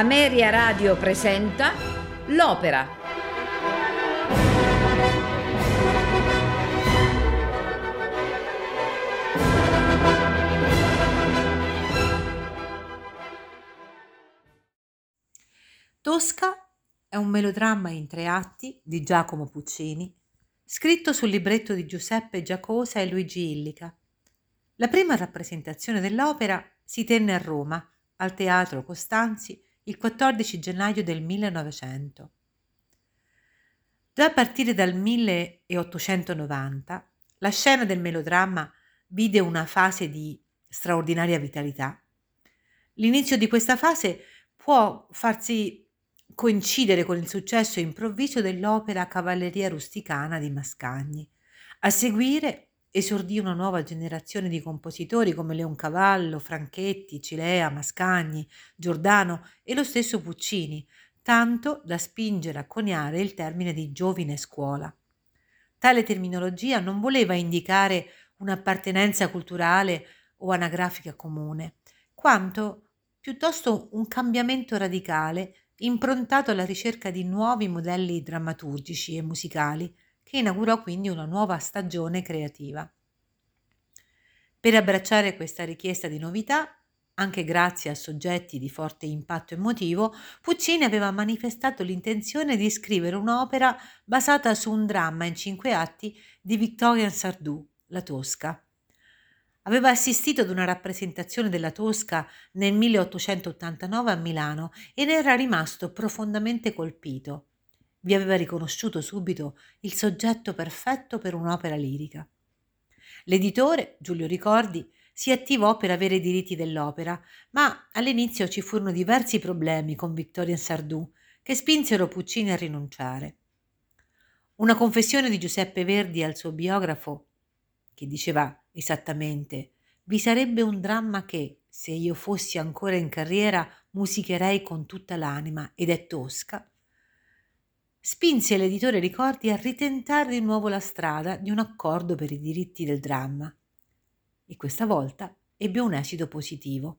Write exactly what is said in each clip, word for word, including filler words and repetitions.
Ameria Radio presenta L'Opera. Tosca è un melodramma in tre atti di Giacomo Puccini, scritto sul libretto di Giuseppe Giacosa e Luigi Illica. La prima rappresentazione dell'opera si tenne a Roma, al Teatro Costanzi, il quattordici gennaio del millenovecento. Già a partire dal milleottocentonovanta, la scena del melodramma vide una fase di straordinaria vitalità. L'inizio di questa fase può farsi coincidere con il successo improvviso dell'opera Cavalleria rusticana di Mascagni. A seguire esordì una nuova generazione di compositori come Leoncavallo, Franchetti, Cilea, Mascagni, Giordano e lo stesso Puccini, tanto da spingere a coniare il termine di giovine scuola. Tale terminologia non voleva indicare un'appartenenza culturale o anagrafica comune, quanto piuttosto un cambiamento radicale improntato alla ricerca di nuovi modelli drammaturgici e musicali, che inaugurò quindi una nuova stagione creativa. Per abbracciare questa richiesta di novità, anche grazie a soggetti di forte impatto emotivo, Puccini aveva manifestato l'intenzione di scrivere un'opera basata su un dramma in cinque atti di Victorien Sardou, La Tosca. Aveva assistito ad una rappresentazione della Tosca nel milleottocentottantanove a Milano e ne era rimasto profondamente colpito. Vi aveva riconosciuto subito il soggetto perfetto per un'opera lirica. L'editore, Giulio Ricordi, si attivò per avere i diritti dell'opera, ma all'inizio ci furono diversi problemi con Victorien Sardou che spinsero Puccini a rinunciare. Una confessione di Giuseppe Verdi al suo biografo, che diceva esattamente: «Vi sarebbe un dramma che, se io fossi ancora in carriera, musicherei con tutta l'anima, ed è Tosca», spinse l'editore Ricordi a ritentare di nuovo la strada di un accordo per i diritti del dramma. E questa volta ebbe un esito positivo.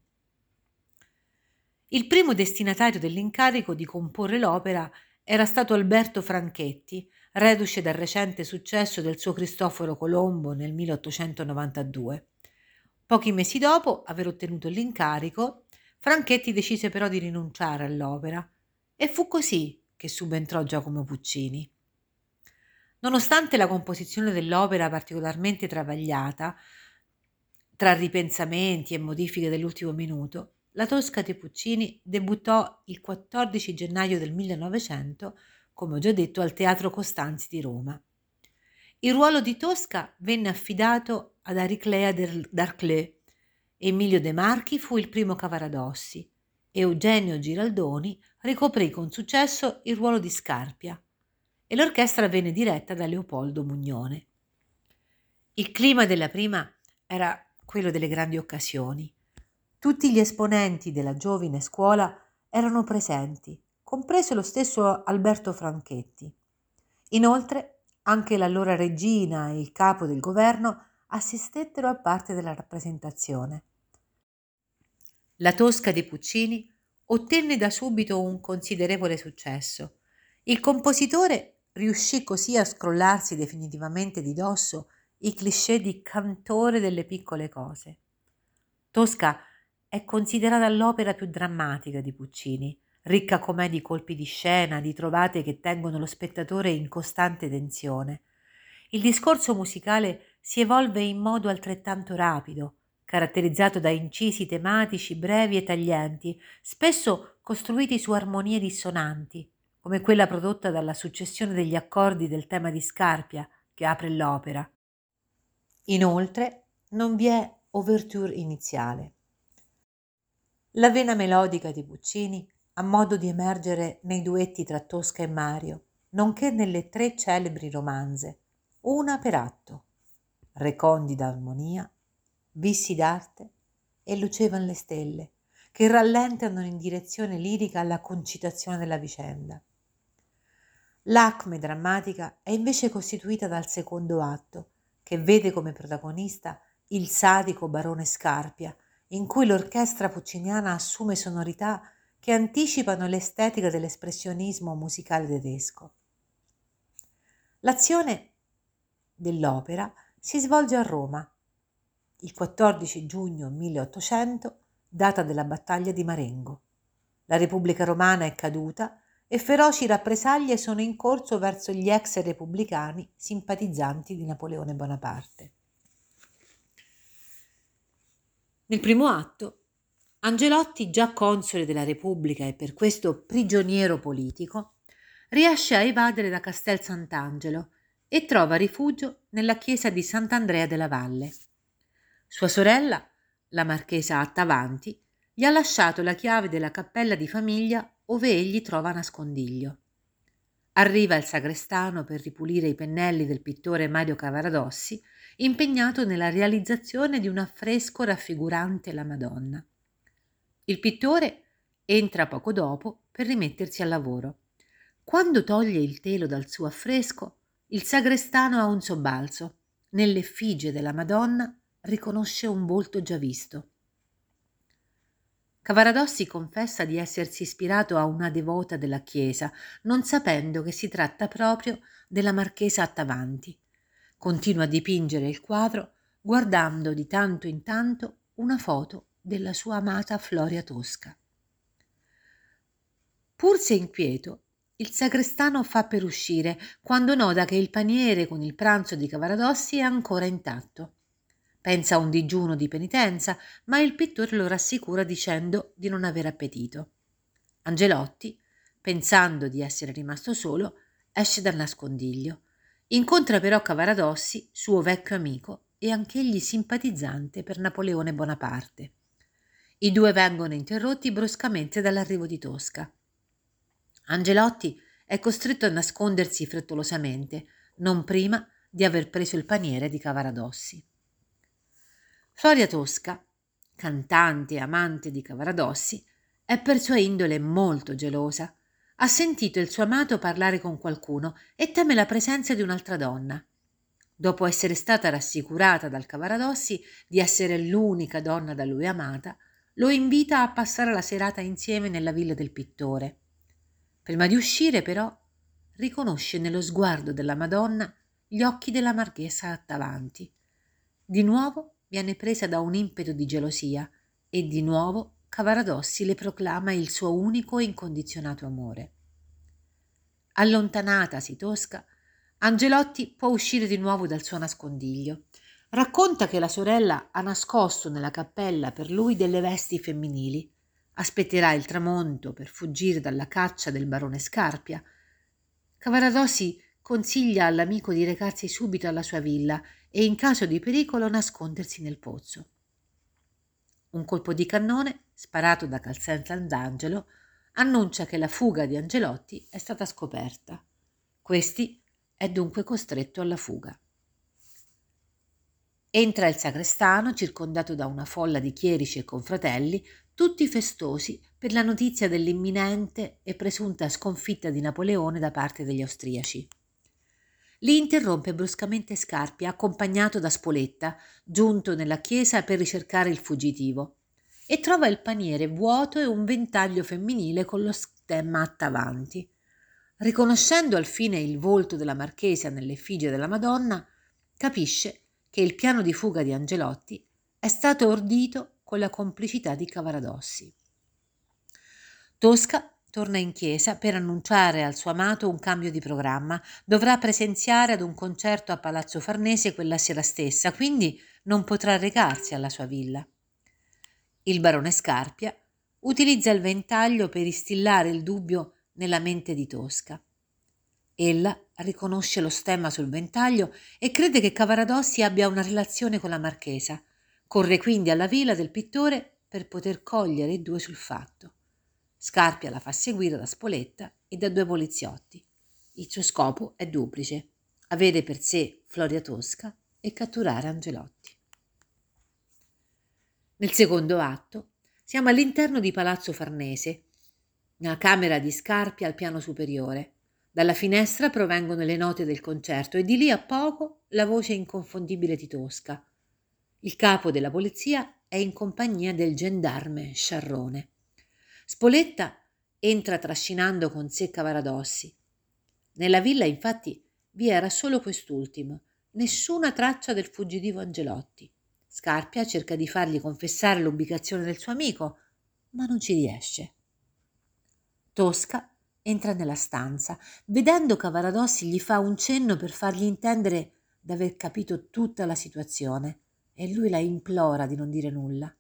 Il primo destinatario dell'incarico di comporre l'opera era stato Alberto Franchetti, reduce dal recente successo del suo Cristoforo Colombo nel milleottocentonovantadue. Pochi mesi dopo aver ottenuto l'incarico, Franchetti decise però di rinunciare all'opera, e fu così che subentrò Giacomo Puccini. Nonostante la composizione dell'opera particolarmente travagliata, tra ripensamenti e modifiche dell'ultimo minuto, La Tosca di Puccini debuttò il quattordici gennaio del millenovecento, come ho già detto, al Teatro Costanzi di Roma. Il ruolo di Tosca venne affidato ad Ariclea Darclés. Emilio De Marchi fu il primo Cavaradossi. Eugenio Giraldoni ricoprì con successo il ruolo di Scarpia e l'orchestra venne diretta da Leopoldo Mugnone. Il clima della prima era quello delle grandi occasioni. Tutti gli esponenti della giovine scuola erano presenti, compreso lo stesso Alberto Franchetti. Inoltre, anche l'allora regina e il capo del governo assistettero a parte della rappresentazione. La Tosca di Puccini ottenne da subito un considerevole successo. Il compositore riuscì così a scrollarsi definitivamente di dosso i cliché di cantore delle piccole cose. Tosca è considerata l'opera più drammatica di Puccini, ricca com'è di colpi di scena, di trovate che tengono lo spettatore in costante tensione. Il discorso musicale si evolve in modo altrettanto rapido, caratterizzato da incisi tematici brevi e taglienti, spesso costruiti su armonie dissonanti, come quella prodotta dalla successione degli accordi del tema di Scarpia che apre l'opera. Inoltre non vi è ouverture iniziale. La vena melodica di Puccini ha modo di emergere nei duetti tra Tosca e Mario, nonché nelle tre celebri romanze, una per atto: Recondita armonia, Vissi d'arte e Lucevan le stelle, che rallentano in direzione lirica alla concitazione della vicenda. L'acme drammatica è invece costituita dal secondo atto, che vede come protagonista il sadico barone Scarpia, in cui l'orchestra pucciniana assume sonorità che anticipano l'estetica dell'espressionismo musicale tedesco. L'azione dell'opera si svolge a Roma, il quattordici giugno milleottocento, data della battaglia di Marengo. La Repubblica Romana è caduta e feroci rappresaglie sono in corso verso gli ex repubblicani simpatizzanti di Napoleone Bonaparte. Nel primo atto, Angelotti, già console della Repubblica e per questo prigioniero politico, riesce a evadere da Castel Sant'Angelo e trova rifugio nella chiesa di Sant'Andrea della Valle. Sua sorella, la marchesa Attavanti, gli ha lasciato la chiave della cappella di famiglia ove egli trova nascondiglio. Arriva il sagrestano per ripulire i pennelli del pittore Mario Cavaradossi, impegnato nella realizzazione di un affresco raffigurante la Madonna. Il pittore entra poco dopo per rimettersi al lavoro. Quando toglie il telo dal suo affresco, il sagrestano ha un sobbalzo. Nell'effigie della Madonna riconosce un volto già visto. Cavaradossi confessa di essersi ispirato a una devota della chiesa, non sapendo che si tratta proprio della marchesa Attavanti. Continua a dipingere il quadro guardando di tanto in tanto una foto della sua amata Floria Tosca. Pur se inquieto, il sagrestano fa per uscire quando nota che il paniere con il pranzo di Cavaradossi è ancora intatto. Pensa a un digiuno di penitenza, ma il pittore lo rassicura dicendo di non avere appetito. Angelotti, pensando di essere rimasto solo, esce dal nascondiglio. Incontra però Cavaradossi, suo vecchio amico e anch'egli simpatizzante per Napoleone Bonaparte. I due vengono interrotti bruscamente dall'arrivo di Tosca. Angelotti è costretto a nascondersi frettolosamente, non prima di aver preso il paniere di Cavaradossi. Floria Tosca, cantante e amante di Cavaradossi, è per sua indole molto gelosa. Ha sentito il suo amato parlare con qualcuno e teme la presenza di un'altra donna. Dopo essere stata rassicurata dal Cavaradossi di essere l'unica donna da lui amata, lo invita a passare la serata insieme nella villa del pittore. Prima di uscire, però, riconosce nello sguardo della Madonna gli occhi della marchesa Attavanti. Di nuovo viene presa da un impeto di gelosia e di nuovo Cavaradossi le proclama il suo unico e incondizionato amore. Allontanatasi Tosca, Angelotti può uscire di nuovo dal suo nascondiglio. Racconta che la sorella ha nascosto nella cappella per lui delle vesti femminili. Aspetterà il tramonto per fuggire dalla caccia del barone Scarpia. Cavaradossi consiglia all'amico di recarsi subito alla sua villa e in caso di pericolo nascondersi nel pozzo. Un colpo di cannone, sparato da Castel Sant'Angelo, annuncia che la fuga di Angelotti è stata scoperta. Questi è dunque costretto alla fuga. Entra il sagrestano, circondato da una folla di chierici e confratelli, tutti festosi per la notizia dell'imminente e presunta sconfitta di Napoleone da parte degli austriaci. Li interrompe bruscamente Scarpia, accompagnato da Spoletta, giunto nella chiesa per ricercare il fuggitivo, e trova il paniere vuoto e un ventaglio femminile con lo stemma Attavanti. Riconoscendo alfine il volto della marchesa nell'effigie della Madonna, capisce che il piano di fuga di Angelotti è stato ordito con la complicità di Cavaradossi. Tosca torna in chiesa per annunciare al suo amato un cambio di programma. Dovrà presenziare ad un concerto a Palazzo Farnese quella sera stessa, quindi non potrà recarsi alla sua villa. Il barone Scarpia utilizza il ventaglio per instillare il dubbio nella mente di Tosca. Ella riconosce lo stemma sul ventaglio e crede che Cavaradossi abbia una relazione con la marchesa. Corre quindi alla villa del pittore per poter cogliere i due sul fatto. Scarpia la fa seguire da Spoletta e da due poliziotti. Il suo scopo è duplice: avere per sé Floria Tosca e catturare Angelotti. Nel secondo atto siamo all'interno di Palazzo Farnese, nella camera di Scarpia al piano superiore. Dalla finestra provengono le note del concerto e di lì a poco la voce inconfondibile di Tosca. Il capo della polizia è in compagnia del gendarme Sciarrone. Spoletta entra trascinando con sé Cavaradossi. Nella villa, infatti, vi era solo quest'ultimo, nessuna traccia del fuggitivo Angelotti. Scarpia cerca di fargli confessare l'ubicazione del suo amico, ma non ci riesce. Tosca entra nella stanza. Vedendo Cavaradossi gli fa un cenno per fargli intendere d'aver capito tutta la situazione e lui la implora di non dire nulla.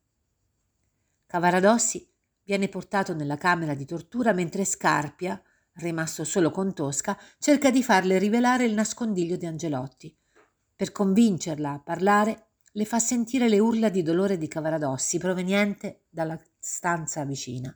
Cavaradossi viene portato nella camera di tortura mentre Scarpia, rimasto solo con Tosca, cerca di farle rivelare il nascondiglio di Angelotti. Per convincerla a parlare, le fa sentire le urla di dolore di Cavaradossi proveniente dalla stanza vicina.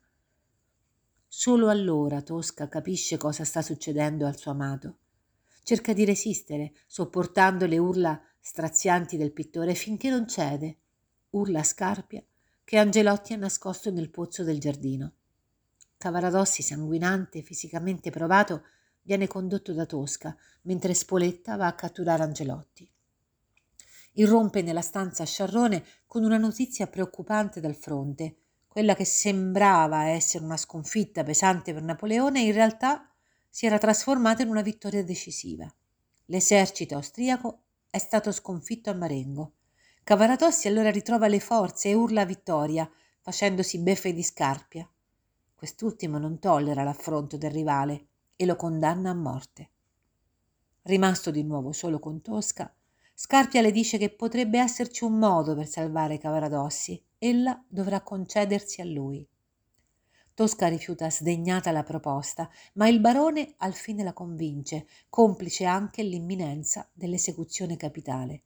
Solo allora Tosca capisce cosa sta succedendo al suo amato. Cerca di resistere, sopportando le urla strazianti del pittore, finché non cede. Urla a Scarpia che Angelotti è nascosto nel pozzo del giardino. Cavaradossi, sanguinante, fisicamente provato, viene condotto da Tosca, mentre Spoletta va a catturare Angelotti. Irrompe nella stanza Sciarrone con una notizia preoccupante dal fronte. Quella che sembrava essere una sconfitta pesante per Napoleone in realtà si era trasformata in una vittoria decisiva. L'esercito austriaco è stato sconfitto a Marengo. Cavaradossi allora ritrova le forze e urla vittoria, facendosi beffe di Scarpia. Quest'ultimo non tollera l'affronto del rivale e lo condanna a morte. Rimasto di nuovo solo con Tosca, Scarpia le dice che potrebbe esserci un modo per salvare Cavaradossi. Ella dovrà concedersi a lui. Tosca rifiuta sdegnata la proposta, ma il barone al fine la convince, complice anche l'imminenza dell'esecuzione capitale.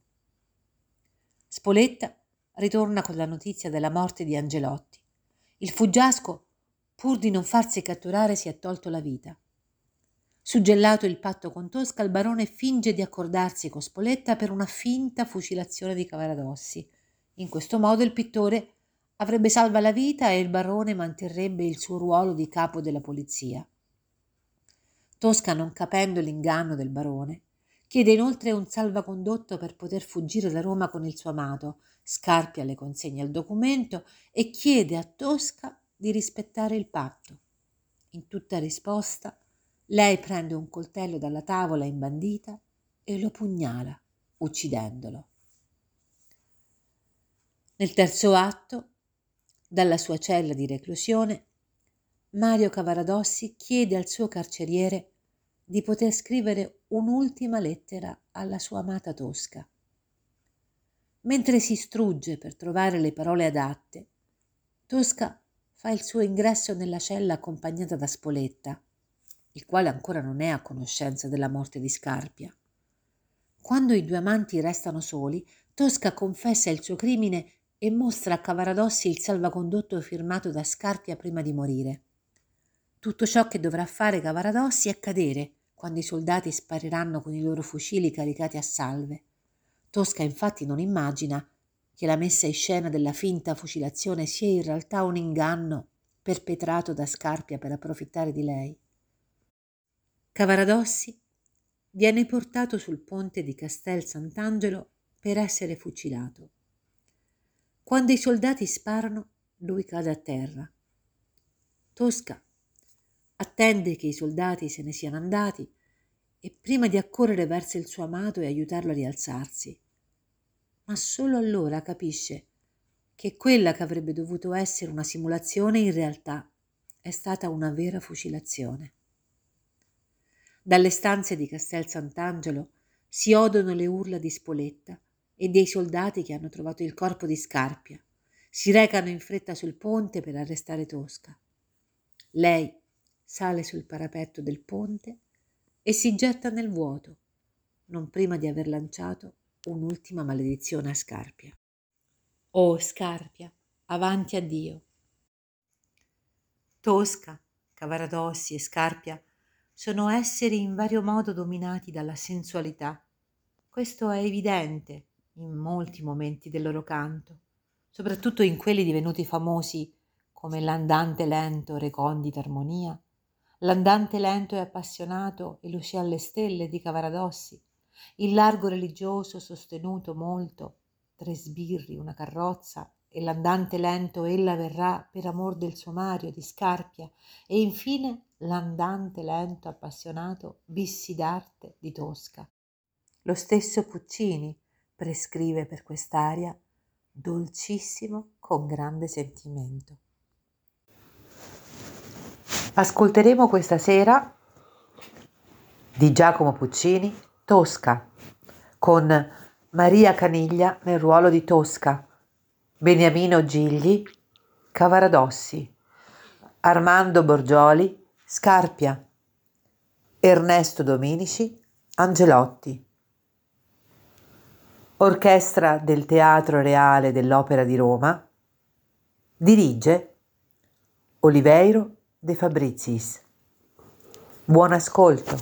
Spoletta ritorna con la notizia della morte di Angelotti. Il fuggiasco, pur di non farsi catturare, si è tolto la vita. Suggellato il patto con Tosca, il barone finge di accordarsi con Spoletta per una finta fucilazione di Cavaradossi. In questo modo il pittore avrebbe salva la vita e il barone manterrebbe il suo ruolo di capo della polizia. Tosca, non capendo l'inganno del barone, chiede inoltre un salvacondotto per poter fuggire da Roma con il suo amato. Scarpia le consegna il documento e chiede a Tosca di rispettare il patto. In tutta risposta, lei prende un coltello dalla tavola imbandita e lo pugnala, uccidendolo. Nel terzo atto, dalla sua cella di reclusione, Mario Cavaradossi chiede al suo carceriere di poter scrivere un'ultima lettera alla sua amata Tosca. Mentre si strugge per trovare le parole adatte, Tosca fa il suo ingresso nella cella accompagnata da Spoletta, il quale ancora non è a conoscenza della morte di Scarpia. Quando i due amanti restano soli, Tosca confessa il suo crimine e mostra a Cavaradossi il salvacondotto firmato da Scarpia prima di morire. Tutto ciò che dovrà fare Cavaradossi è cadere quando i soldati spariranno con i loro fucili caricati a salve. Tosca infatti non immagina che la messa in scena della finta fucilazione sia in realtà un inganno perpetrato da Scarpia per approfittare di lei. Cavaradossi viene portato sul ponte di Castel Sant'Angelo per essere fucilato. Quando i soldati sparano, lui cade a terra. Tosca attende che i soldati se ne siano andati e prima di accorrere verso il suo amato e aiutarlo a rialzarsi. Ma solo allora capisce che quella che avrebbe dovuto essere una simulazione in realtà è stata una vera fucilazione. Dalle stanze di Castel Sant'Angelo si odono le urla di Spoletta e dei soldati che hanno trovato il corpo di Scarpia. Si recano in fretta sul ponte per arrestare Tosca. Lei sale sul parapetto del ponte e si getta nel vuoto, non prima di aver lanciato un'ultima maledizione a Scarpia. Oh Scarpia, avanti a Dio! Tosca, Cavaradossi e Scarpia sono esseri in vario modo dominati dalla sensualità. Questo è evidente in molti momenti del loro canto, soprattutto in quelli divenuti famosi come l'andante lento recondita armonia, l'andante lento e appassionato e luce alle stelle di Cavaradossi, il largo religioso sostenuto molto, tre sbirri, una carrozza e l'andante lento ella verrà per amor del suo Mario di Scarpia, e infine l'andante lento appassionato vissi d'arte di Tosca. Lo stesso Puccini prescrive per quest'aria dolcissimo con grande sentimento. Ascolteremo questa sera di Giacomo Puccini Tosca, con Maria Caniglia nel ruolo di Tosca, Beniamino Gigli Cavaradossi, Armando Borgioli Scarpia, Ernesto Dominici Angelotti. Orchestra del Teatro Reale dell'Opera di Roma. Dirige Oliveiro De Fabricis. Buon ascolto.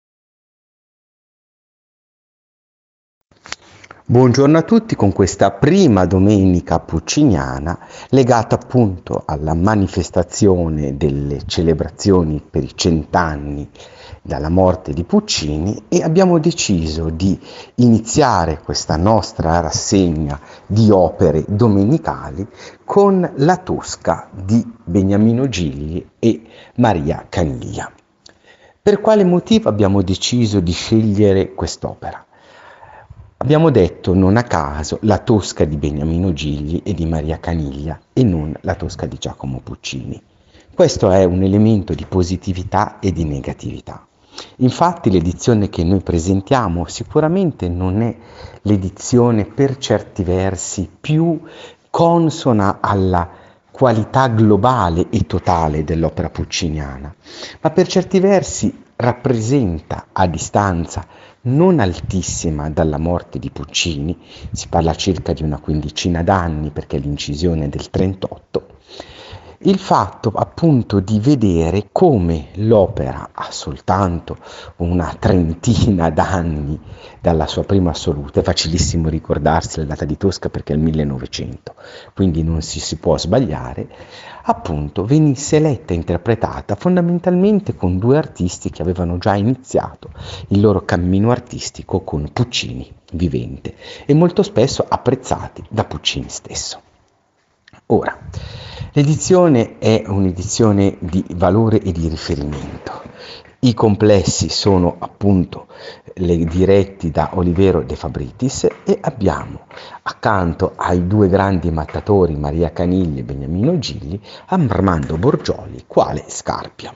Buongiorno a tutti con questa prima domenica pucciniana legata appunto alla manifestazione delle celebrazioni per i cent'anni dalla morte di Puccini, e abbiamo deciso di iniziare questa nostra rassegna di opere domenicali con la Tosca di Beniamino Gigli e Maria Caniglia. Per quale motivo abbiamo deciso di scegliere quest'opera? Abbiamo detto non a caso la Tosca di Beniamino Gigli e di Maria Caniglia e non la Tosca di Giacomo Puccini. Questo è un elemento di positività e di negatività. Infatti l'edizione che noi presentiamo sicuramente non è l'edizione per certi versi più consona alla qualità globale e totale dell'opera pucciniana, ma per certi versi rappresenta a distanza non altissima dalla morte di Puccini, si parla circa di una quindicina d'anni perché l'incisione è del trentotto, il fatto appunto di vedere come l'opera ha soltanto una trentina d'anni dalla sua prima assoluta. È facilissimo ricordarsi la data di Tosca perché è il millenovecento, quindi non si, si può sbagliare, appunto venisse letta e interpretata fondamentalmente con due artisti che avevano già iniziato il loro cammino artistico con Puccini vivente e molto spesso apprezzati da Puccini stesso. Ora, l'edizione è un'edizione di valore e di riferimento. I complessi sono appunto le, diretti da Oliveiro De Fabricis, e abbiamo accanto ai due grandi mattatori Maria Caniglia e Beniamino Gigli Armando Borgioli quale Scarpia.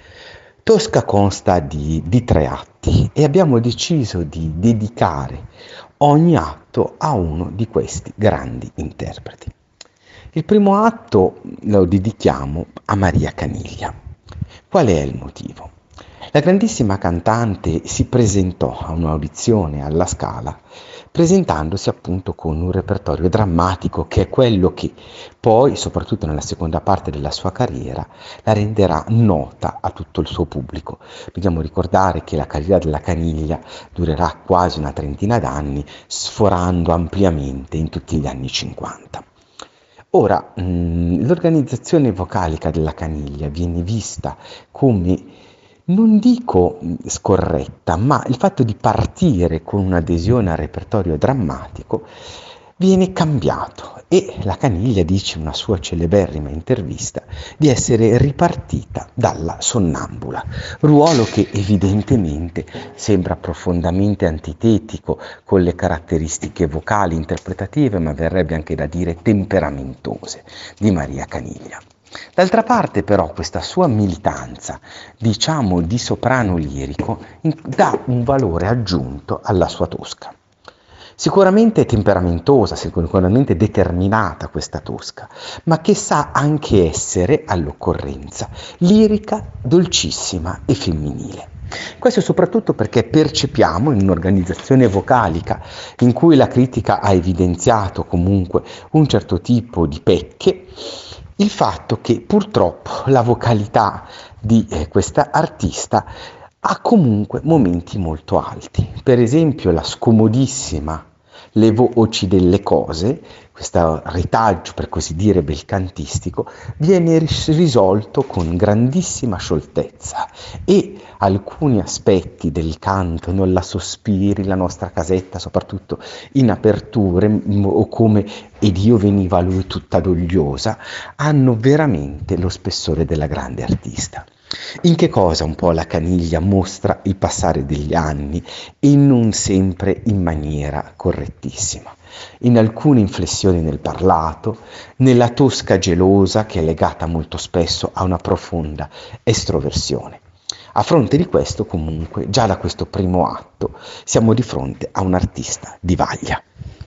Tosca consta di, di tre atti e abbiamo deciso di dedicare ogni atto a uno di questi grandi interpreti. Il primo atto lo dedichiamo a Maria Caniglia. Qual è il motivo? La grandissima cantante si presentò a un'audizione alla Scala presentandosi appunto con un repertorio drammatico che è quello che poi, soprattutto nella seconda parte della sua carriera, la renderà nota a tutto il suo pubblico. Dobbiamo ricordare che la carriera della Caniglia durerà quasi una trentina d'anni, sforando ampiamente in tutti gli anni cinquanta. Ora, mh, l'organizzazione vocalica della Caniglia viene vista come, non dico scorretta, ma il fatto di partire con un'adesione al repertorio drammatico viene cambiato, e la Caniglia dice in una sua celeberrima intervista di essere ripartita dalla sonnambula, ruolo che evidentemente sembra profondamente antitetico con le caratteristiche vocali interpretative, ma verrebbe anche da dire temperamentose, di Maria Caniglia. D'altra parte però questa sua militanza, diciamo di soprano lirico, dà un valore aggiunto alla sua Tosca. Sicuramente temperamentosa, sicuramente determinata questa Tosca, ma che sa anche essere, all'occorrenza, lirica, dolcissima e femminile. Questo soprattutto perché percepiamo in un'organizzazione vocalica in cui la critica ha evidenziato comunque un certo tipo di pecche, il fatto che purtroppo la vocalità di eh, questa artista ha comunque momenti molto alti. Per esempio la scomodissima Le voci delle cose, questo retaggio per così dire belcantistico, viene ris- risolto con grandissima scioltezza e alcuni aspetti del canto, non la sospiri, la nostra casetta, soprattutto in aperture m- o come ed io veniva a lui tutta dogliosa, hanno veramente lo spessore della grande artista. In che cosa un po' la Caniglia mostra il passare degli anni e non sempre in maniera correttissima. In alcune inflessioni nel parlato, nella tosca gelosa che è legata molto spesso a una profonda estroversione. A fronte di questo, comunque, già da questo primo atto, siamo di fronte a un artista di vaglia.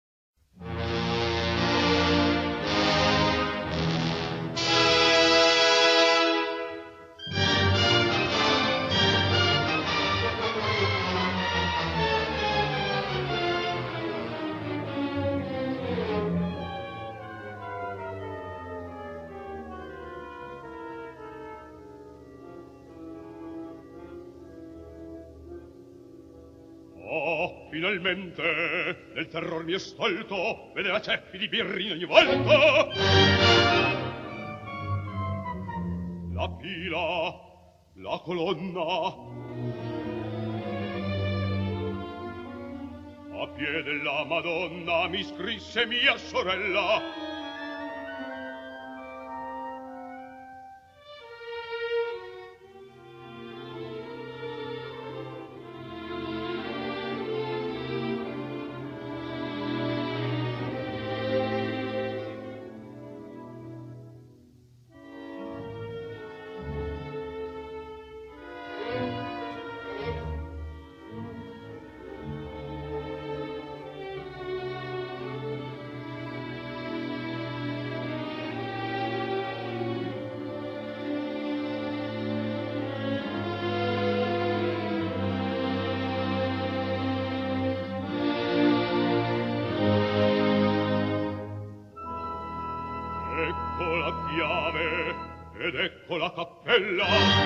Finalmente nel terror mio stolto vedeva ceppi di birri ogni volta. La pila, la colonna, a piede la Madonna mi scrisse mia sorella. Ed ecco la cappella.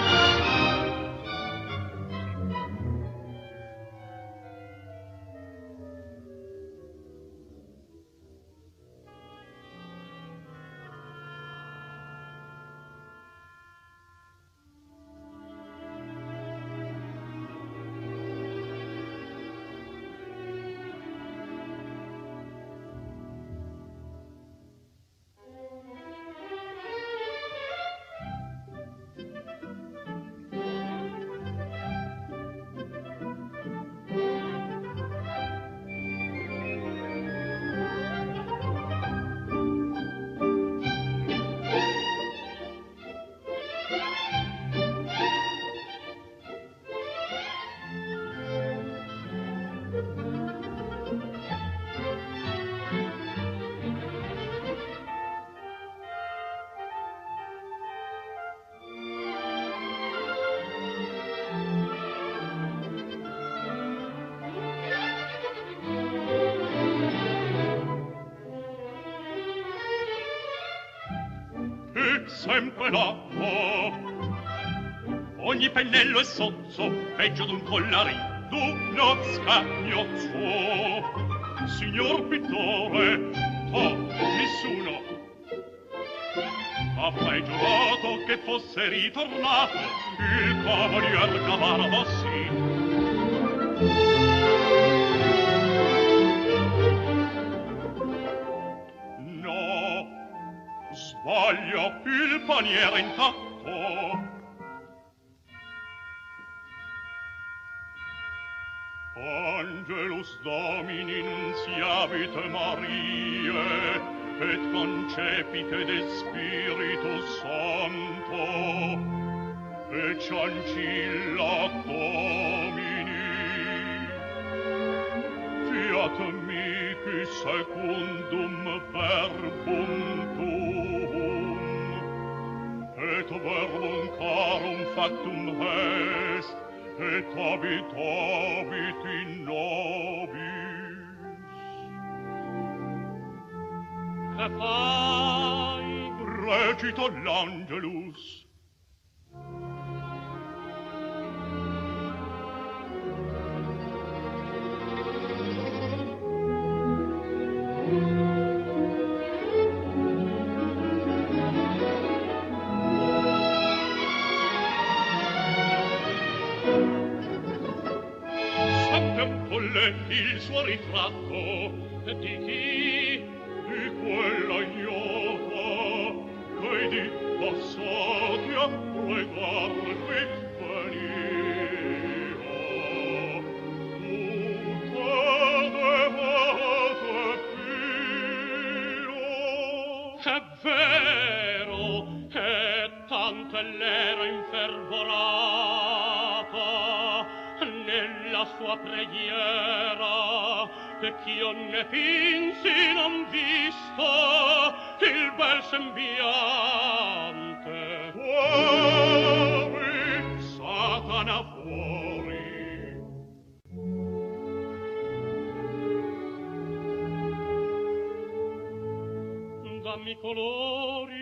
Sempre l'acqua, ogni pennello è sozzo, peggio d'un collarì, d'uno scagnozzo. Signor pittore, oh, nessuno ha mai giurato che fosse ritornato il cavalier Cavardossi. Sbaglio, il paniere intatto. Angelus Domini nunciavit Mariae, et concepite de Spiritus Santo, et Ciancilla Domini. Fiat mihi secundum verbum tuum, et verbum carum factum est, et habitabit in nobis. Che fai? Recito l'Angelus. gran folle il suo ritratto. Di chi? Di quella ignota che di passati a pregarvi veniva. Tutte devate pio. È vero, e tanto l'era infervorata nella sua preghiera ch'io ne finsi non visto il bel sembiante. Fuori, Satana, fuori! Dammi colori.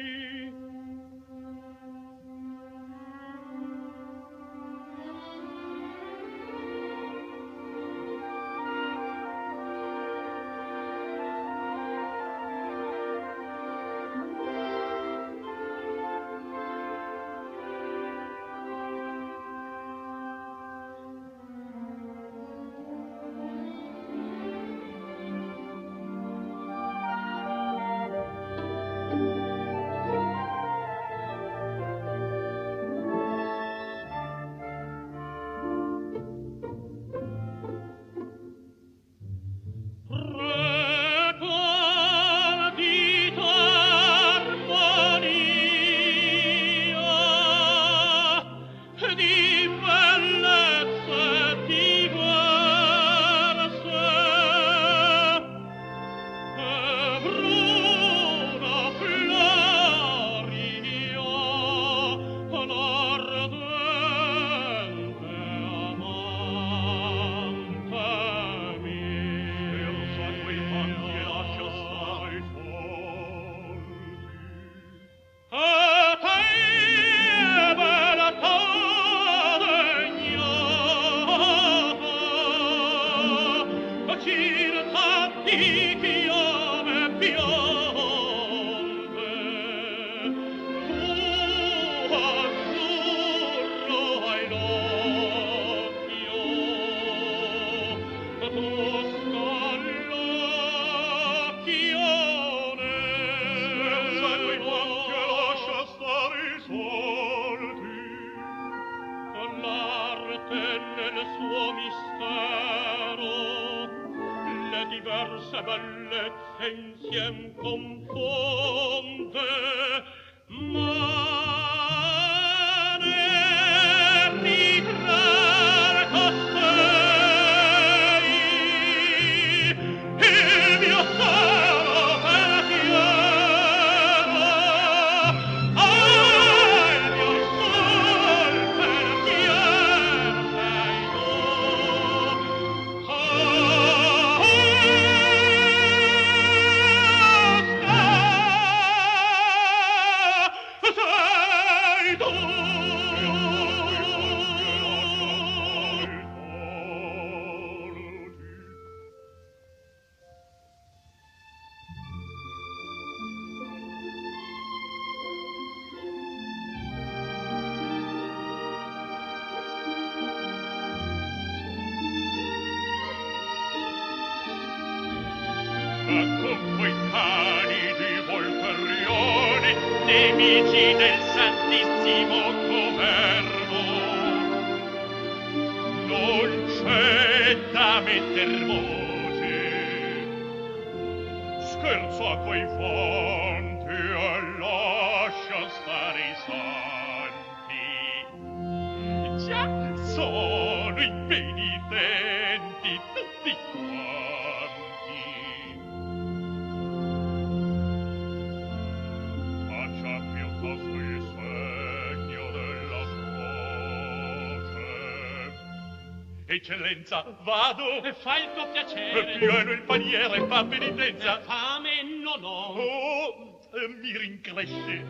Eccellenza, vado. E fai il tuo piacere. E pieno il paniere e fa penitenza. E fame non ho. Oh, eh, mi rincresce.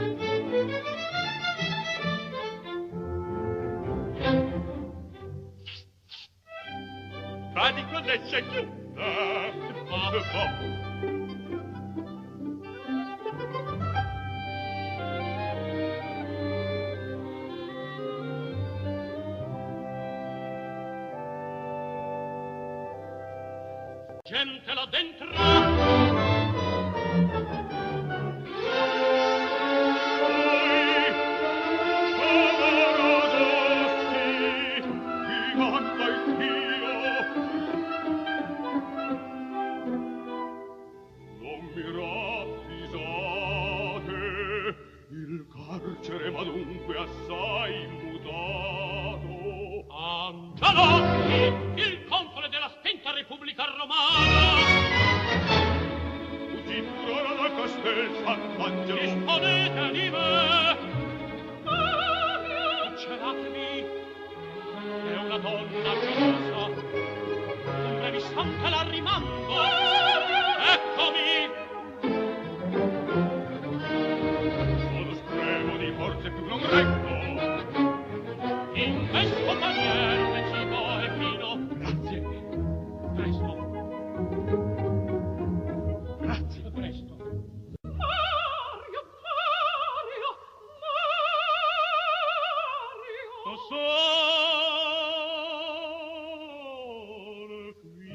Va di connessa chiusa. Va, va. gente là dentro. Ma dunque assai mutato. Angelotti, il console della spenta Repubblica Romana. Fuggì ora dal castel Sant'Angelo. Disponete di me. Celatevi. È una donna gioiosa. Un brevi istante la rimando. Eccomi. Forse più non reggo. In questo paniere cibo e vino. Grazie. Presto. Grazie. Presto. Mario, Mario, Mario. Sono qui.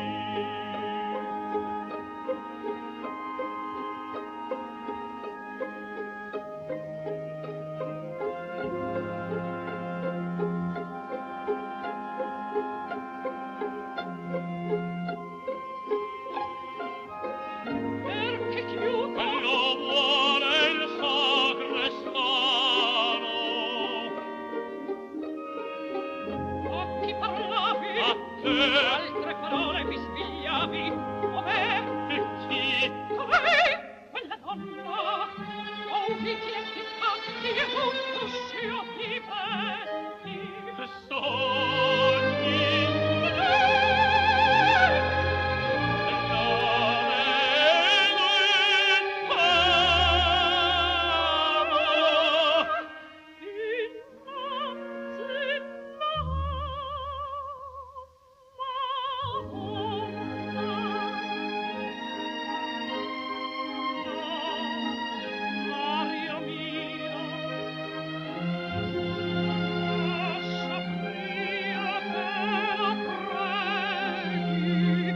Altre parole mi spigliavi. Com'è? E chi? Com'è? Quella donna. Oh, di clienti fatti e un cuscio di petti. Che sogni. Mario mio, lascia pria che la preghi,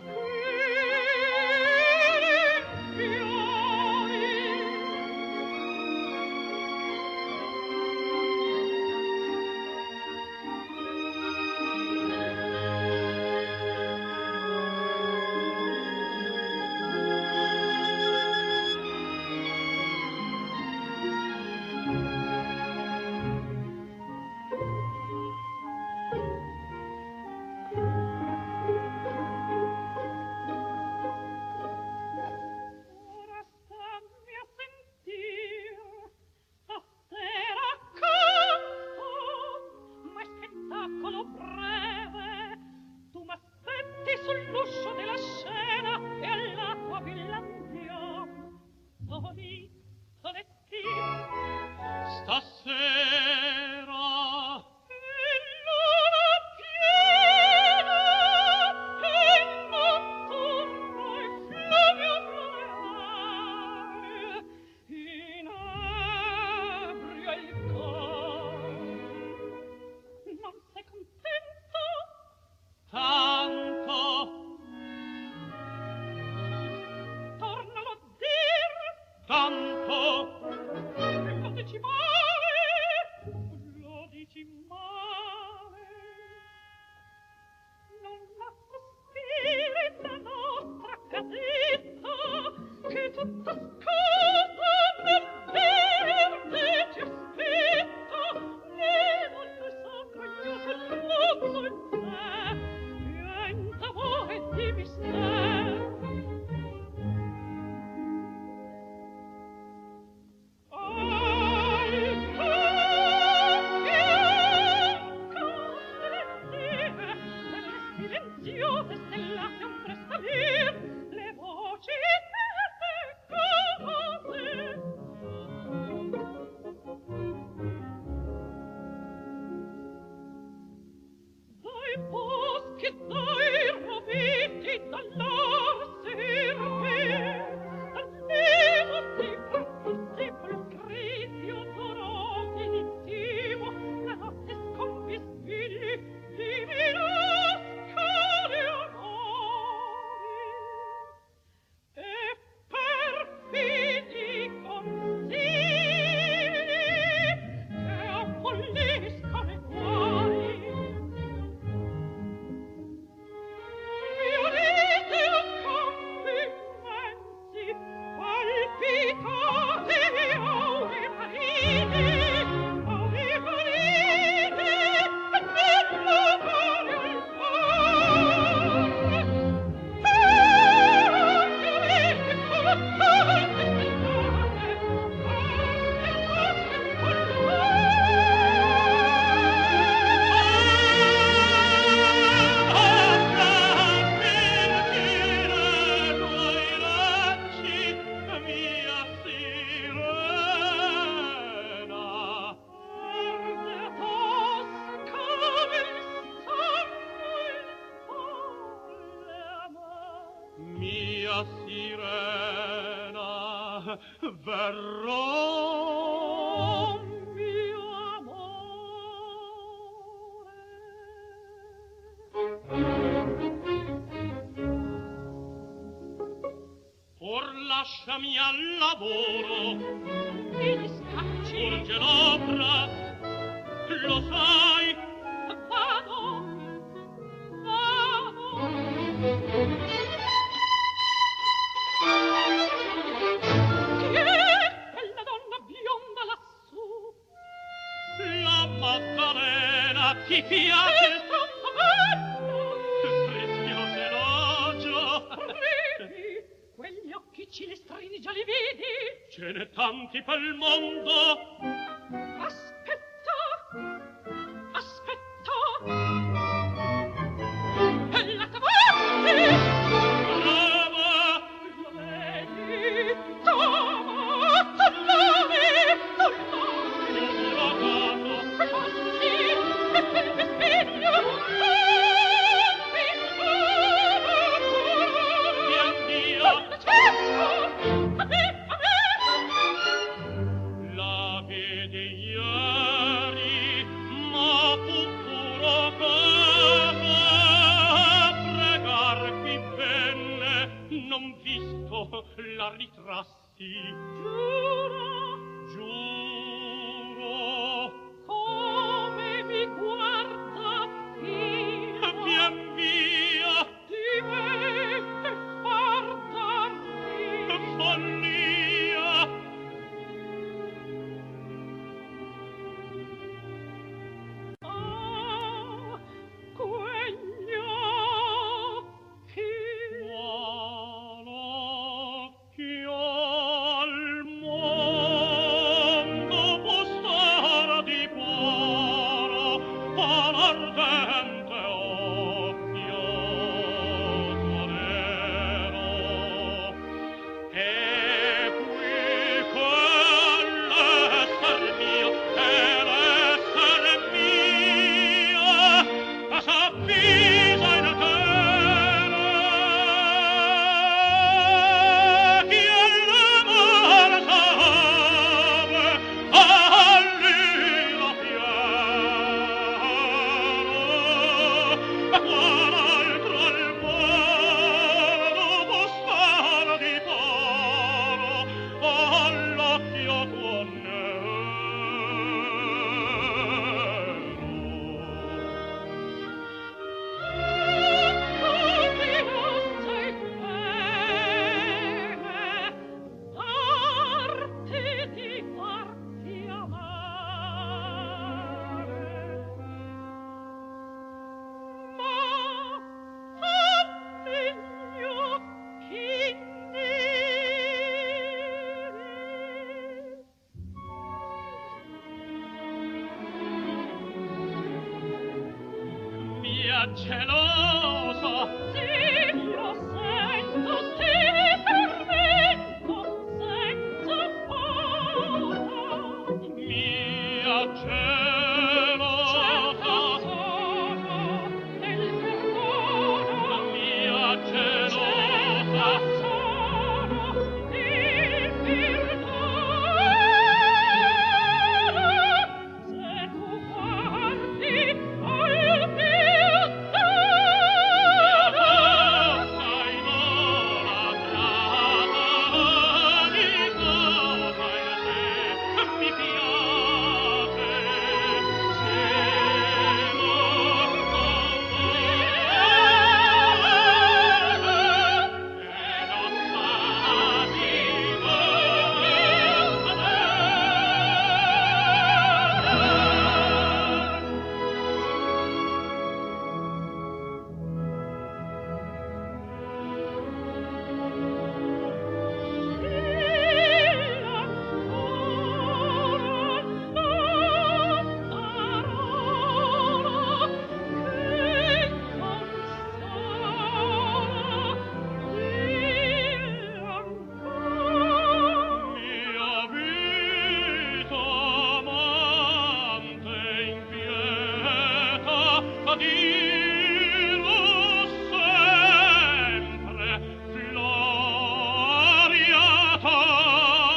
qui fiori. Ora stammi a sentir, stasera canto, ma è spettacolo breve. Tu m'aspetti sull'uscio della scena e alla tua villa andiamo. Dov'è? Dov'è ti? Stasera in luna piena e in notturno e flavio reale, inebria il cor. Non sei contento? verrò. Mio Or lasciami al lavoro, mi discacci, volge l'opera, lo sai. vado, vado. Chi è quella donna bionda lassù? La Maddalena ti piace? È troppo bella. Prezioso elogio. Ridi, quegli occhi cilestrini già li vedi? Ce n'è tanti pel mondo. Aspetta, aspetta. E la Tavanti! Brava! La vedi? Toma, tu l'ami, tu l'ami. Drogato. Così, e per me figlio, mi sono Via, via. certo, a me, a me. La vedi ieri, ma fu puro caso a pregar chi venne, non visto la ritrassi. Giuro, Giuro, come mi guarda fino vien via, di me e far dar rio. follia. Ah, quegli occhi. Qual occhio al mondo può stare di cuore, qual ardente occhio nero. E qui quell'esser mio, e l'esser mio, a s'avvisa in terra. Chi all'amore sape, all'io fiero. E qual altro al mondo può stare di coro, all'occhio tuo nero. Mia gelosa, Sì, lo sento, sì, fermento, senza paura. mia Certa gelosa, sono del perdono, mia certa gelosa. sono del perdono. Se tu guardi al mio dono, Sai idolatrata di cosa in te mi piace, se morto e non mia vita amante inquieta a dirlo sempre, Floria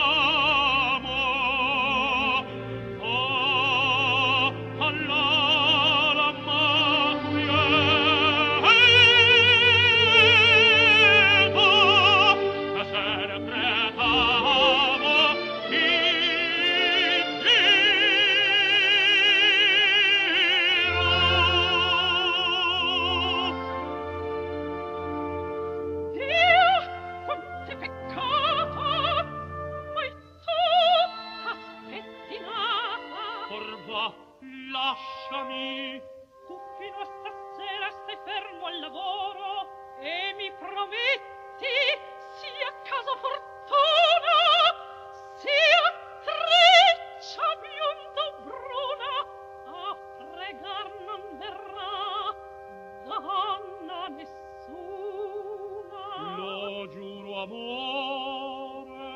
prometti, sia caso fortuna, sia treccia bionda o bruna, a pregar non verrà donna nessuna. Lo giuro amore,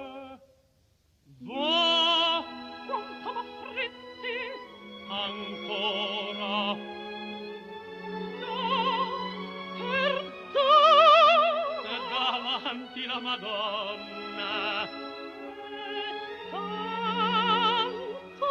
va Quanto m'affretti, ancora. no, perdono. Davanti la Madonna, Tanto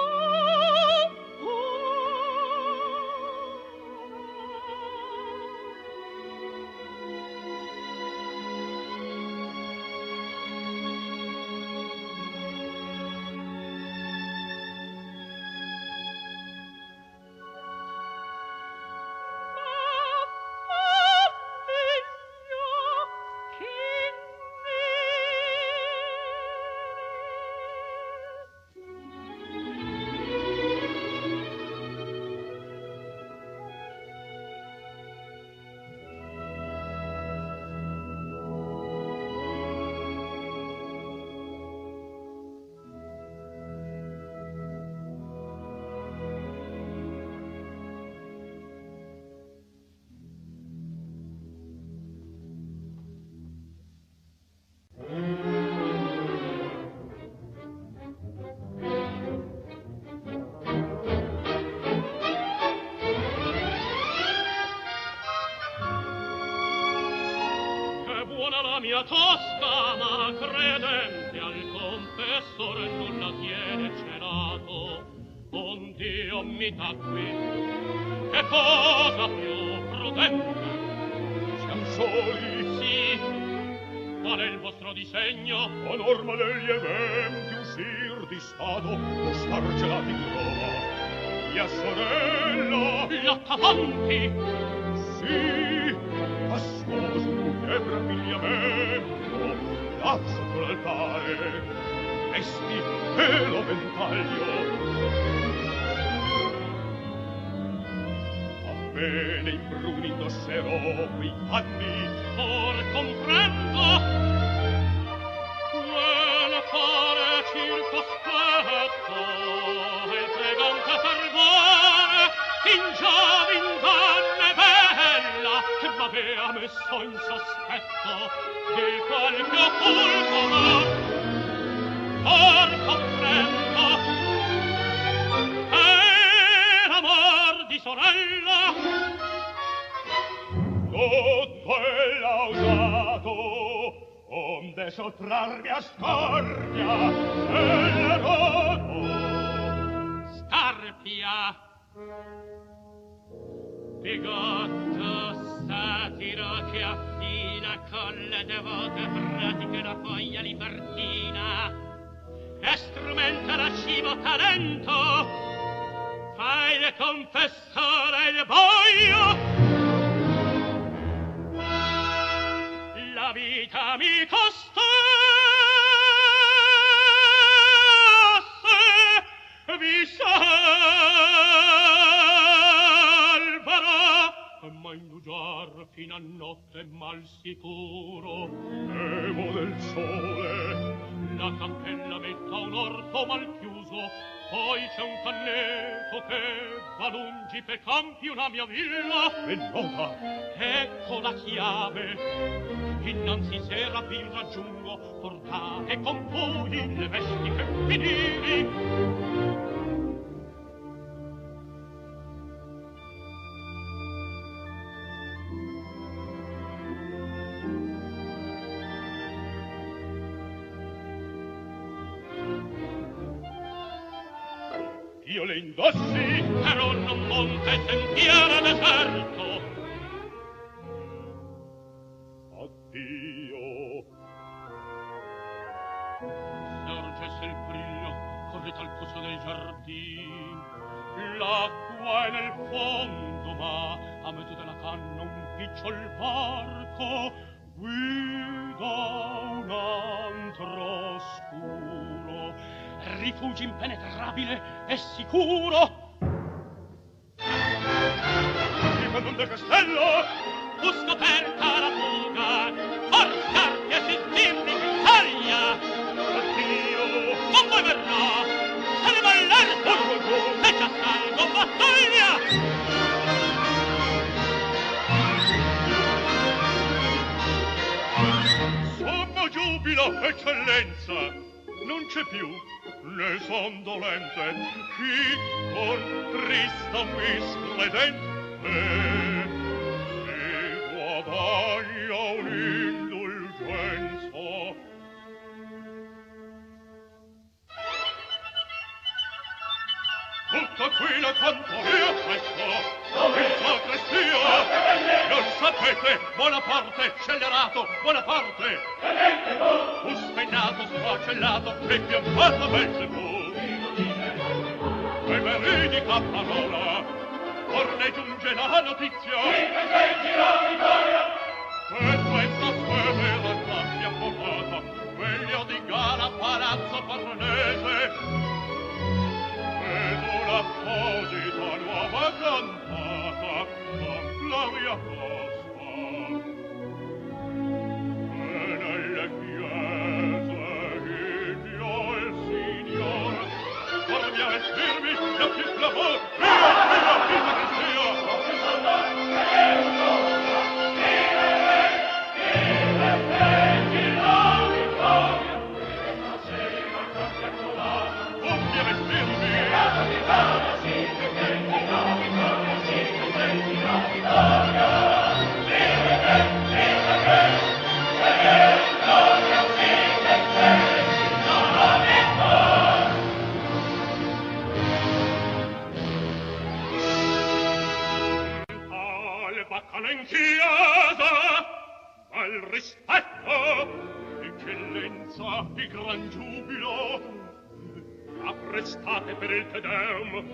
la mia Tosca, ma credente al confessore non la tiene celato. Ond'io mi tacqui, che cosa più prudente? Siam soli, sì. Qual è il vostro disegno? A norma degli eventi uscir di stato o star gelati in Roma. Mia sorella, l'attavanti, sì, a sposo e per abbigliamento là sotto l'altare vesti e lo ventaglio. A bene in bruni indosserò quei panni, or comprendo quel fare circospetto e pregante fervore fingiava inganne bella, m'avea messo in sospetto di qualche occulto mal. Or comprendo era amor di sorella, tutto è lausato onde sottrarmi a scorpia dell'erodo. Scarpia, bigotto, satiro che affina con le devote pratiche la foglia libertina e strumenta lascivo talento, fai le confessore il boio. La vita mi costasse, vi salverò, ma indugiar fino a notte mal sicuro. Evo del sole, la cappella metta un orto mal chiuso, poi c'è un canneto che va lungi pe campi una mia villa. E nota, ecco la chiave. Innanzi sera vi raggiungo, portate con voi le vesti femminili. Io le indossi, però non monta e sentiera deserto. Addio. Sorgesse il brillo, correte al fosso dei giardini. L'acqua è nel fondo, ma a mezzo della canna un picciol barco guida un antro oscuro. Rifugio impenetrabile e sicuro. Il padron del castello fu scoperta la fuga Sommo giubilo, eccellenza, non c'è più, ne son dolente, chi con trista miscredente si guadagna un'indulgenza. Tutto qui la cantoria questo, in sacrestia, non sapete, Bonaparte, scellerato, Bonaparte, fu spennato, sfacellato, e piantato Belzebù. E veridica parola, or ne giunge la notizia, che questa severa rabbia portata, meglio di gara palazzo farnese, apposita nuova cantata con la mia costa e nelle chiese io il signor per mia vestirmi da più clamor via, via, via che sia in chiesa al rispetto eccellenza di gran giubilo apprestate per il Te Deum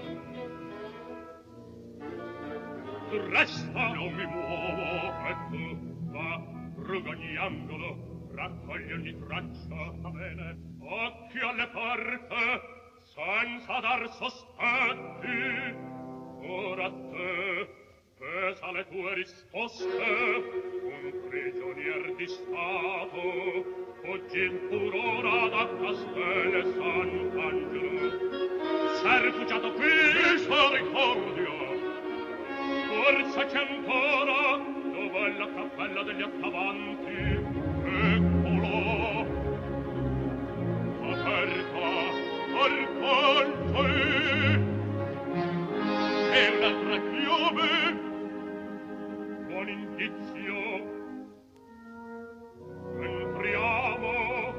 resta non mi muovo e tu va rugognandolo raccogli ogni traccia va bene occhi alle porte senza dar sospetti ora te pesa le tue risposte, un prigionier di Stato, fuggì pur ora da Castel Sant'Angelo. S'è rifugiato qui il suo ricordio, forse c'è ancora, dov'è la cappella degli accavanti? Eccolo, aperta al canto e un'altra chiave, buon indizio entriamo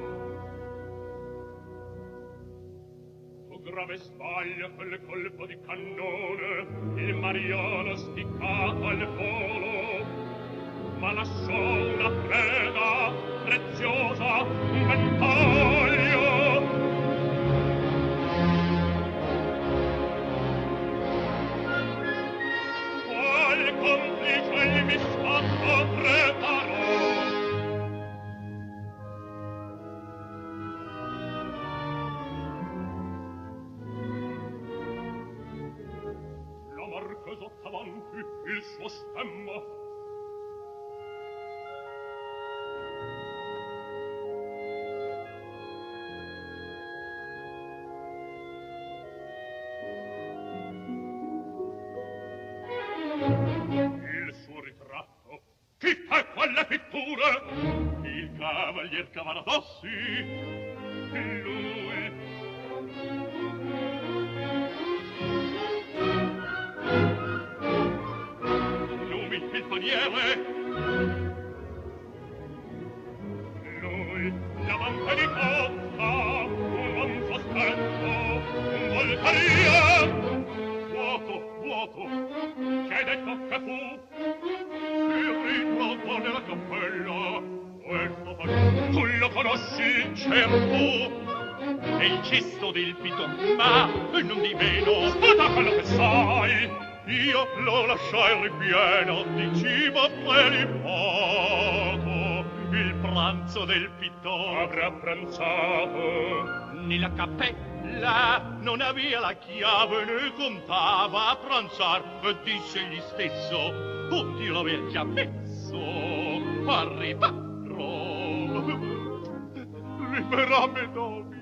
fu grave sbaglio quel colpo di cannone il Mariano sticcato al volo ma lasciò una preda preziosa un ventaglio qual complice il misfatto preparò la marchesa davanti il suo stemma il suo ritratto chi è quelle pitture il cavalier Cavaradossi lui numi il paniere lui davanti di costa un buon sospetto un voltaria vuoto, vuoto c'è detto che fu si ritrovato nella cappella questo fa tu lo conosci certo è il cesto del piton ma non di meno sputa quello che sai io lo lasciai ripieno di cibo prelibato il pranzo del piton avrà pranzato nella cappella non aveva la chiave ne contava a pranzar e disse gli stesso tutti lo aveva già messo a riparo liberame domine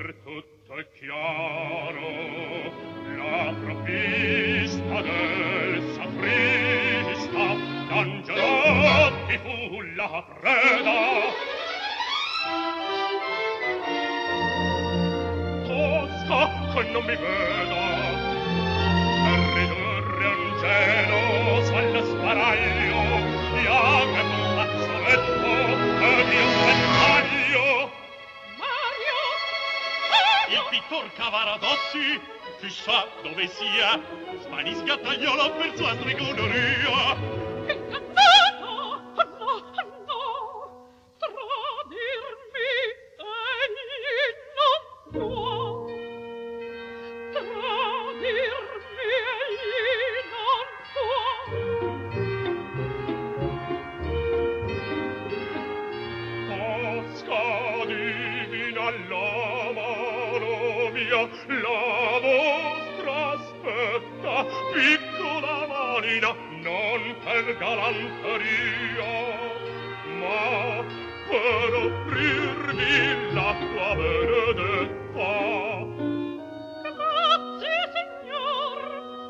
per tutto è chiaro la provvista del saprista d'Angelotti fu la preda. Tosca che non mi veda per ridurre Angelo al sparaglio di anche un fazzoletto e di un ventaglio. Mario! Il pittor Cavaradossi chissà dove sia svanisca tagliola per sua stregoneria. Incantato! Oh no, oh no! Tradirmi egli non può. Tradirmi egli non può. Tosca divina la mano mia, la vostra aspetta, piccola manina, non per galanteria, ma per offrirmi l'acqua benedetta. Grazie, signor!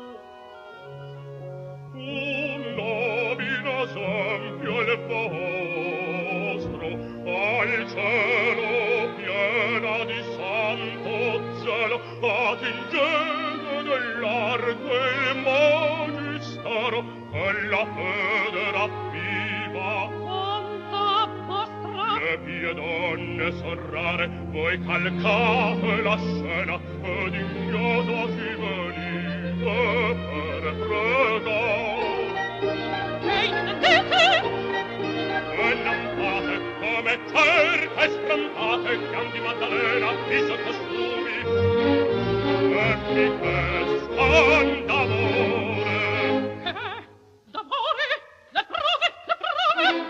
Un nobile esempio il vostro, al cielo piena di santo zelo, attingete dell'arte il magistero e la fede ravviva. Bontà vostra! Le pie donne sorrare, voi calcate la scena ed inghiosa si venite per pregare. E intendete? E non fate come certe scampate grandi Maddalena i sottostumi e mi pescan d'amore. Eh, d'amore? Le prove, le prove!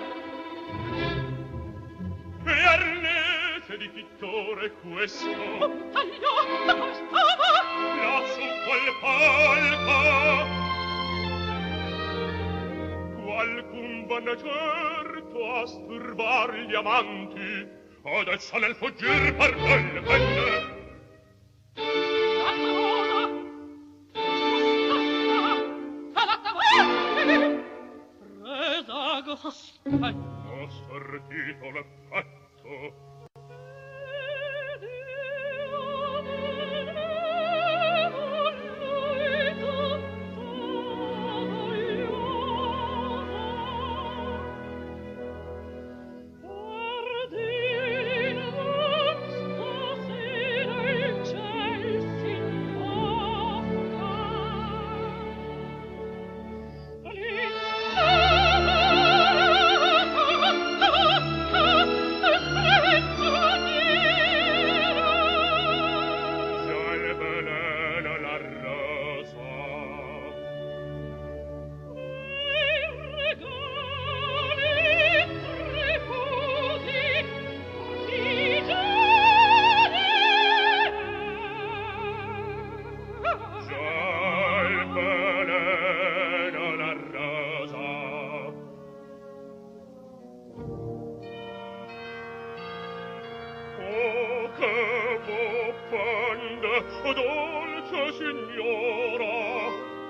E arnese di pittore questo Un taglio da come stava? lassù quel palco. Qualcun vanno certo a sturbar gli amanti adesso nel fuggir per quelle penne. La corona! Giustata! La tavolli! Presa gospel! Ho sortito l'effetto. Dolce signora,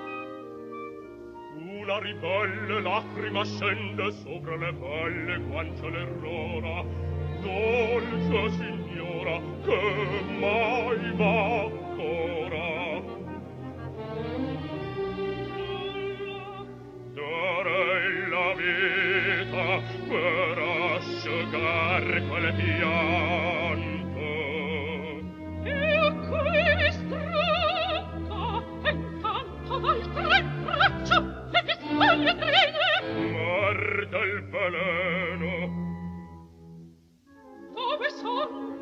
una ribelle lacrima scende sopra le belle guance l'errora. Dolce signora, che mai va ancora? Darei la vita per asciugar quel pianto. E a cui mi strappa e intanto dal tre braccia e che spoglia crede Guarda il veleno. dove son?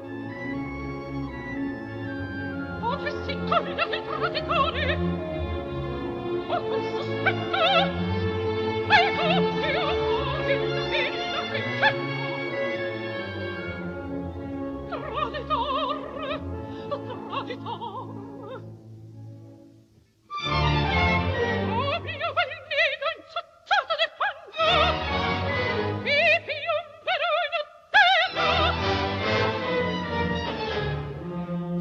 Potessi cogliere i traditori o quel sospetto ecco io fuori il figlio che Traditor, traditor. Oh mio bel nido insozzato di fango, mi piomberò in attesa.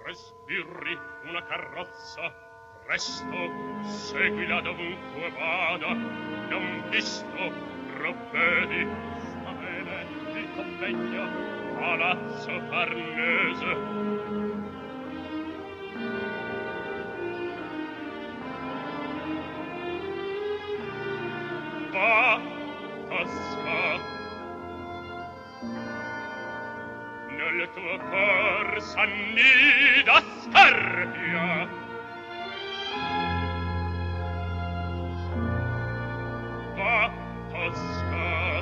tre sbirri, una carrozza, presto, seguila dovunque vada, non visto, provvedi, sta bene, il convegno, Palazzo Farnese. Va, Tosca, nel tuo cor s'annida scarpia. Va, Tosca,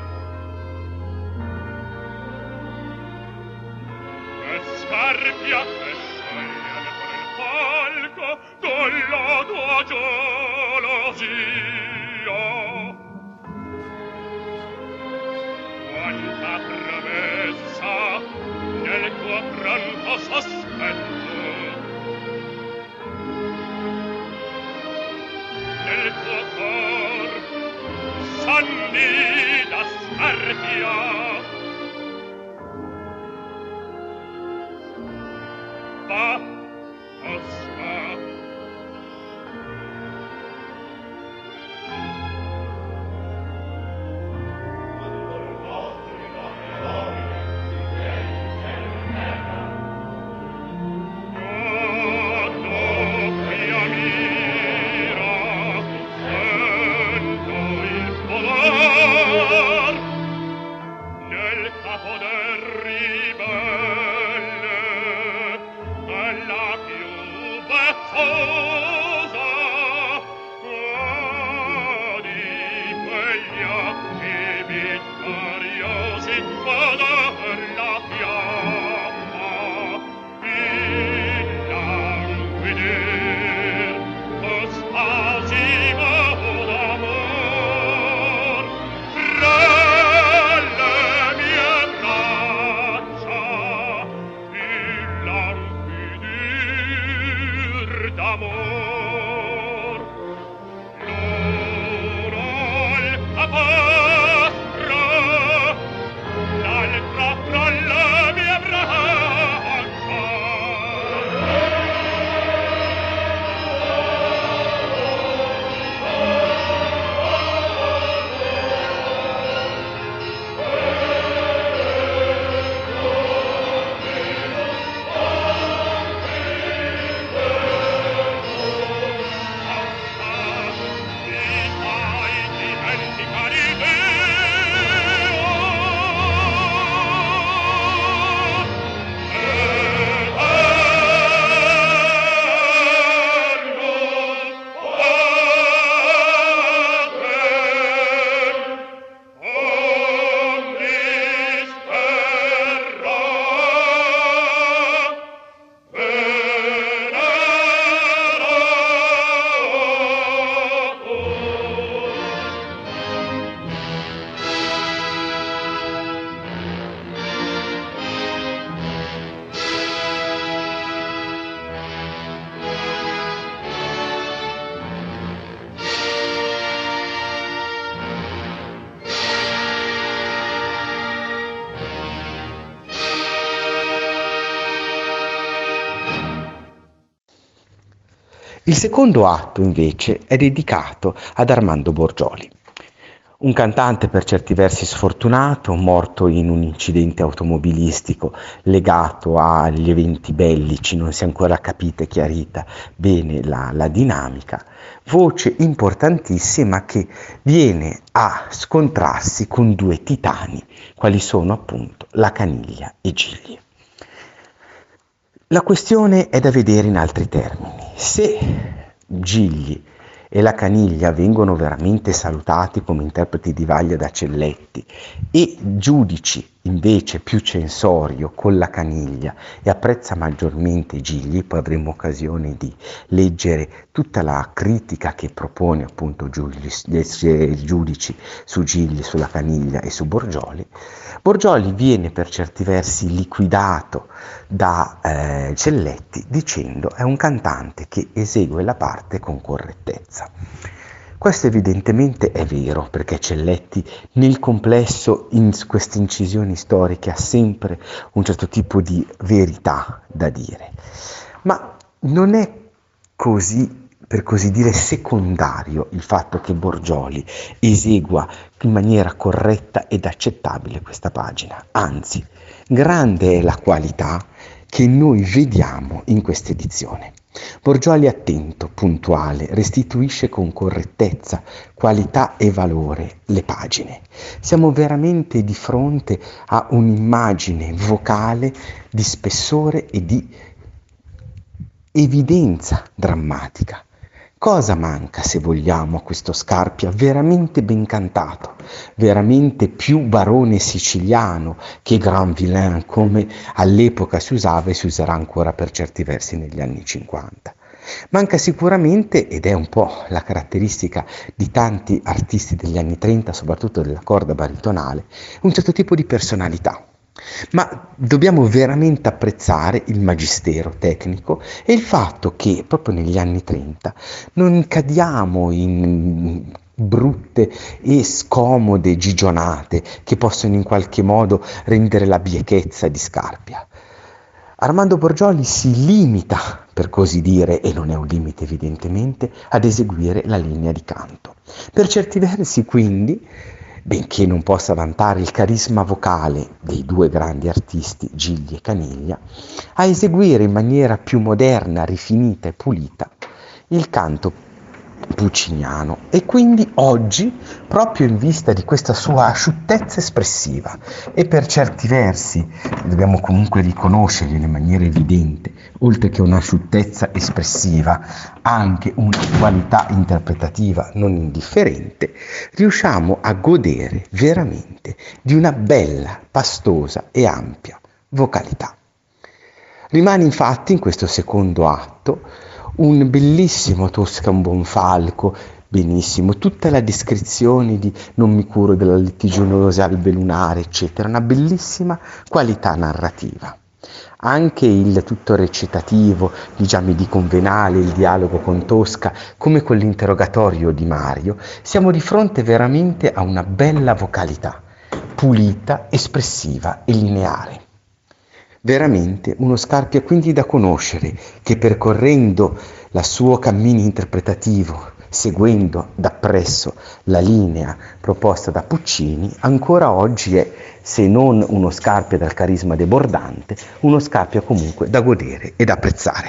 e scarpia che scegliere con il palco con la tua gelosia. Quanta promessa nel tuo pronto sospetto, nel tuo cor s'annida scarpia. Va, Tosca, Il secondo atto, invece, è dedicato ad Armando Borgioli, un cantante per certi versi sfortunato, morto in un incidente automobilistico legato agli eventi bellici, non si è ancora capita e chiarita bene la, la dinamica, voce importantissima che viene a scontrarsi con due titani, quali sono appunto la Caniglia e Gigli. La questione è da vedere in altri termini. Se Gigli e la Caniglia vengono veramente salutati come interpreti di vaglia da Celletti e giudici invece più Censorio con la Caniglia e apprezza maggiormente Gigli, poi avremo occasione di leggere tutta la critica che propone appunto i giudici su Gigli, sulla Caniglia e su Borgioli. Borgioli viene per certi versi liquidato da eh, Celletti dicendo è un cantante che esegue la parte con correttezza. Questo evidentemente è vero, perché Celletti nel complesso in queste incisioni storiche ha sempre un certo tipo di verità da dire. Ma non è così, per così dire, secondario il fatto che Borgioli esegua in maniera corretta ed accettabile questa pagina. Anzi, grande è la qualità che noi vediamo in questa edizione. Borgioli attento, puntuale, restituisce con correttezza, qualità e valore le pagine. Siamo veramente di fronte a un'immagine vocale di spessore e di evidenza drammatica. Cosa manca, se vogliamo, a questo Scarpia veramente ben cantato, veramente più barone siciliano che grand vilain, come all'epoca si usava e si userà ancora per certi versi negli anni cinquanta. Manca sicuramente, ed è un po' la caratteristica di tanti artisti degli anni trenta, soprattutto della corda baritonale, un certo tipo di personalità. Ma dobbiamo veramente apprezzare il magistero tecnico e il fatto che proprio negli anni trenta non cadiamo in brutte e scomode gigionate che possono in qualche modo rendere la biechezza di Scarpia. Armando Borgioli si limita, per così dire, e non è un limite evidentemente, ad eseguire la linea di canto. Per certi versi, quindi, benché non possa vantare il carisma vocale dei due grandi artisti, Gigli e Caniglia, a eseguire in maniera più moderna, rifinita e pulita il canto pucciniano, e quindi oggi, proprio in vista di questa sua asciuttezza espressiva e per certi versi, dobbiamo comunque riconoscergli in maniera evidente, oltre che un'asciuttezza espressiva, anche una qualità interpretativa non indifferente, riusciamo a godere veramente di una bella, pastosa e ampia vocalità. Rimane infatti in questo secondo atto un bellissimo Tosca un buon falco, benissimo, tutta la descrizione di non mi curo della litigiosa albe lunare, eccetera, una bellissima qualità narrativa. Anche il tutto recitativo di Giammi Convenale, il dialogo con Tosca, come con l'interrogatorio di Mario, siamo di fronte veramente a una bella vocalità, pulita, espressiva e lineare. Veramente uno Scarpia quindi da conoscere, che percorrendo il suo cammino interpretativo, seguendo dappresso la linea proposta da Puccini, ancora oggi è, se non uno Scarpia dal carisma debordante, uno Scarpia comunque da godere ed apprezzare.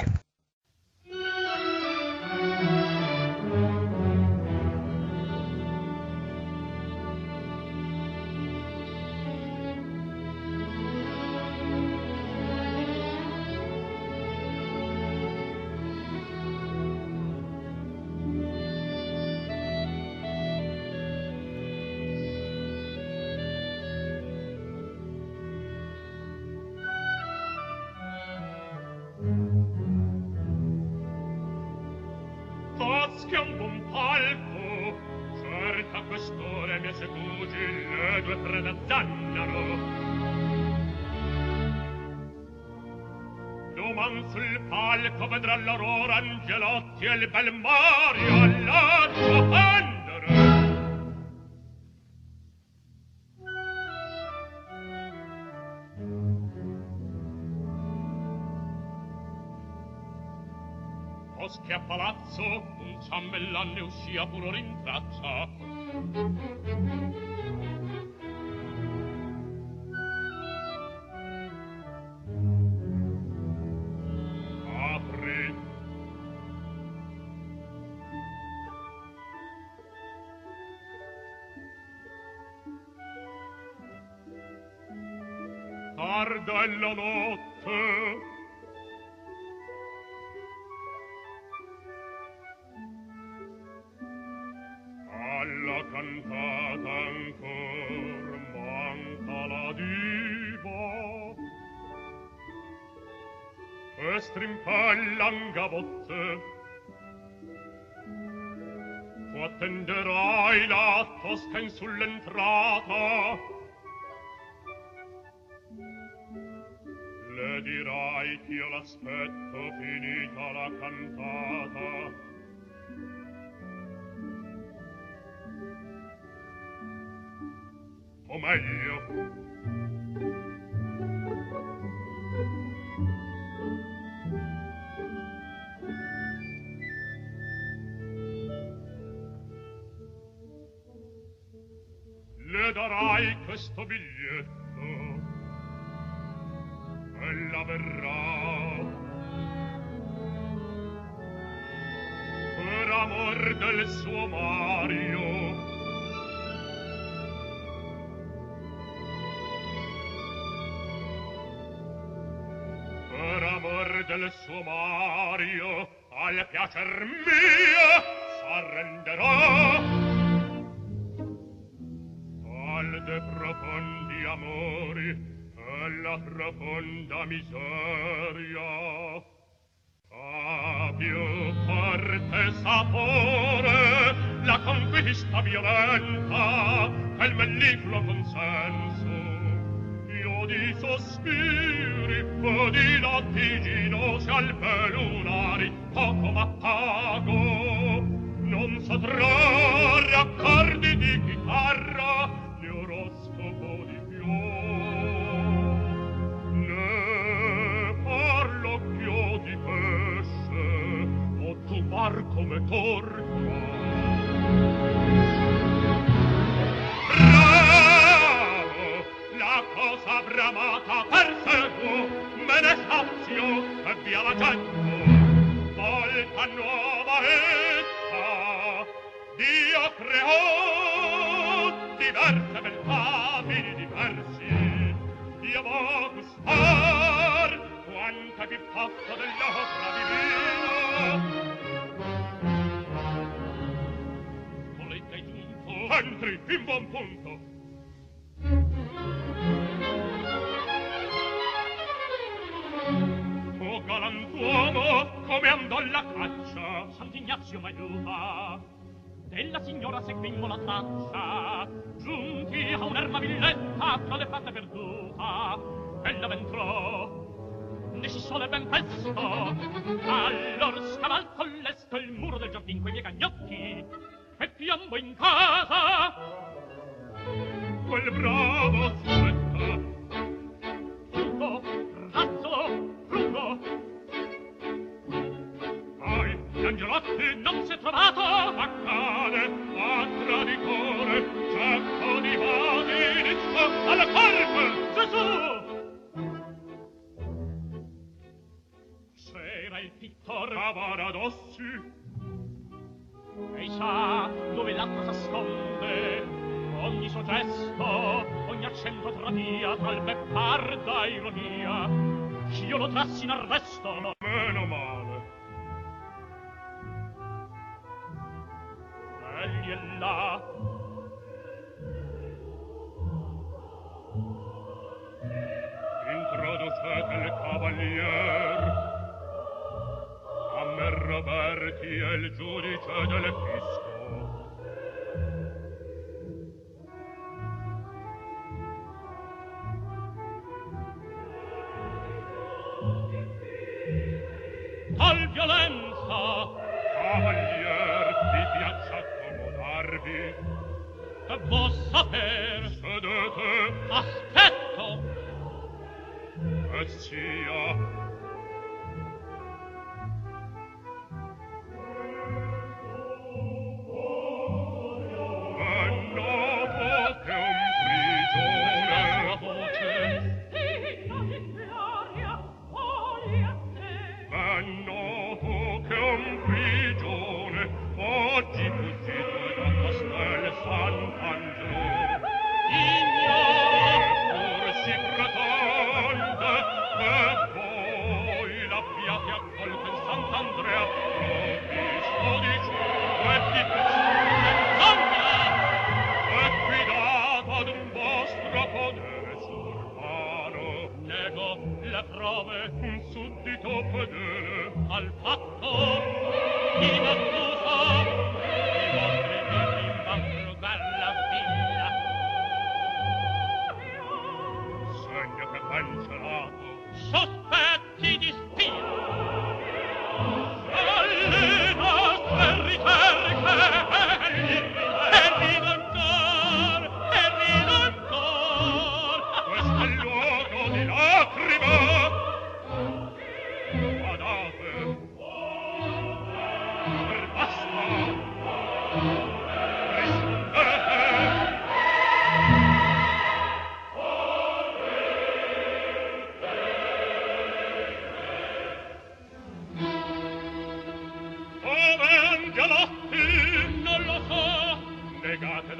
Che un buon palco, certa quest'ore mi esecugi le due prede zannaro. Doman sul palco vedrà l'aurora Angelotti e il bel Mario all'accio pendere. Che a palazzo un ciambellan ne uscia puro rintraccia. Apri. Tarda è la notte. Alla cantata ancor manca la diva e strimpellan gavotte. Tu attenderai la Tosca in sull'entrata, le dirai ch'io l'aspetto finita la cantata. O meglio, le darai questo biglietto, ella verrà per amor del suo Mario. Per amor del suo Mario, al piacer mio s'arrenderà. Al de profondi amori e la profonda miseria ha più forte sapore la conquista violenta che il mellifluo consenso. Io di sospiri o di lattiginosi albe lunari poco m'appago, non so trarre accordi di chitarra né oroscopo di fior, né farlocchio di pesce o tubar come torta. Bravo! La cosa bramata perseguo, me ne sazio e via la getto. Volta nuova essa, Dio creò diverse beltà, vini diversi. Io vo gustar quanta più posso dell'opera divina. Volete hai giunto? Entri in buon punto. O galantuomo, come andò la caccia? Sant'Ignazio m'aiuta. Della signora seguimmo la traccia, giunti a un'erma villetta tra le frate perduta. Ella v'entrò, ne si sole ben presto, allor scavalco l'esto il muro del giardin coi miei cagnotti e piombo in casa. Quel bravo suetta, frugo, razzo, frugo. Ai, gli angelotti non si è trovato, accade a traditore, cerco di vadirizzo alla colpa, Gesù! C'era il pittore Cavaradossi, ei sa dove l'altro s'asconde. Ogni suo gesto, ogni accento tradia tal beffarda ironia. Io lo trassi in arresto. Meno male. Egli è là. Introducete il cavalier. A me Roberti è il giudice del fisco. Tal violenza, cavalier, vi piaccia accomodarvi? E vo saper, sedete, aspetto, e sia. È noto che un prigione la voce è noto che un prigione oggi fuggito da Castel Sant'Angelo ignora pur si pretende che voi l'abbiate accolto in Sant'Andrea provvisto di cibo e di menzogna e guidato ad un vostro podere sovrano. Nego le prove, un suddito fedele al fatto chi m'accusa i vostri figli in Vampirugalla villa. Segno che ben celato sospetti di spia alle nostre ricerche e rido ancor e rido ancor. Questo è il luogo di lacrime. Basta! Rispondete!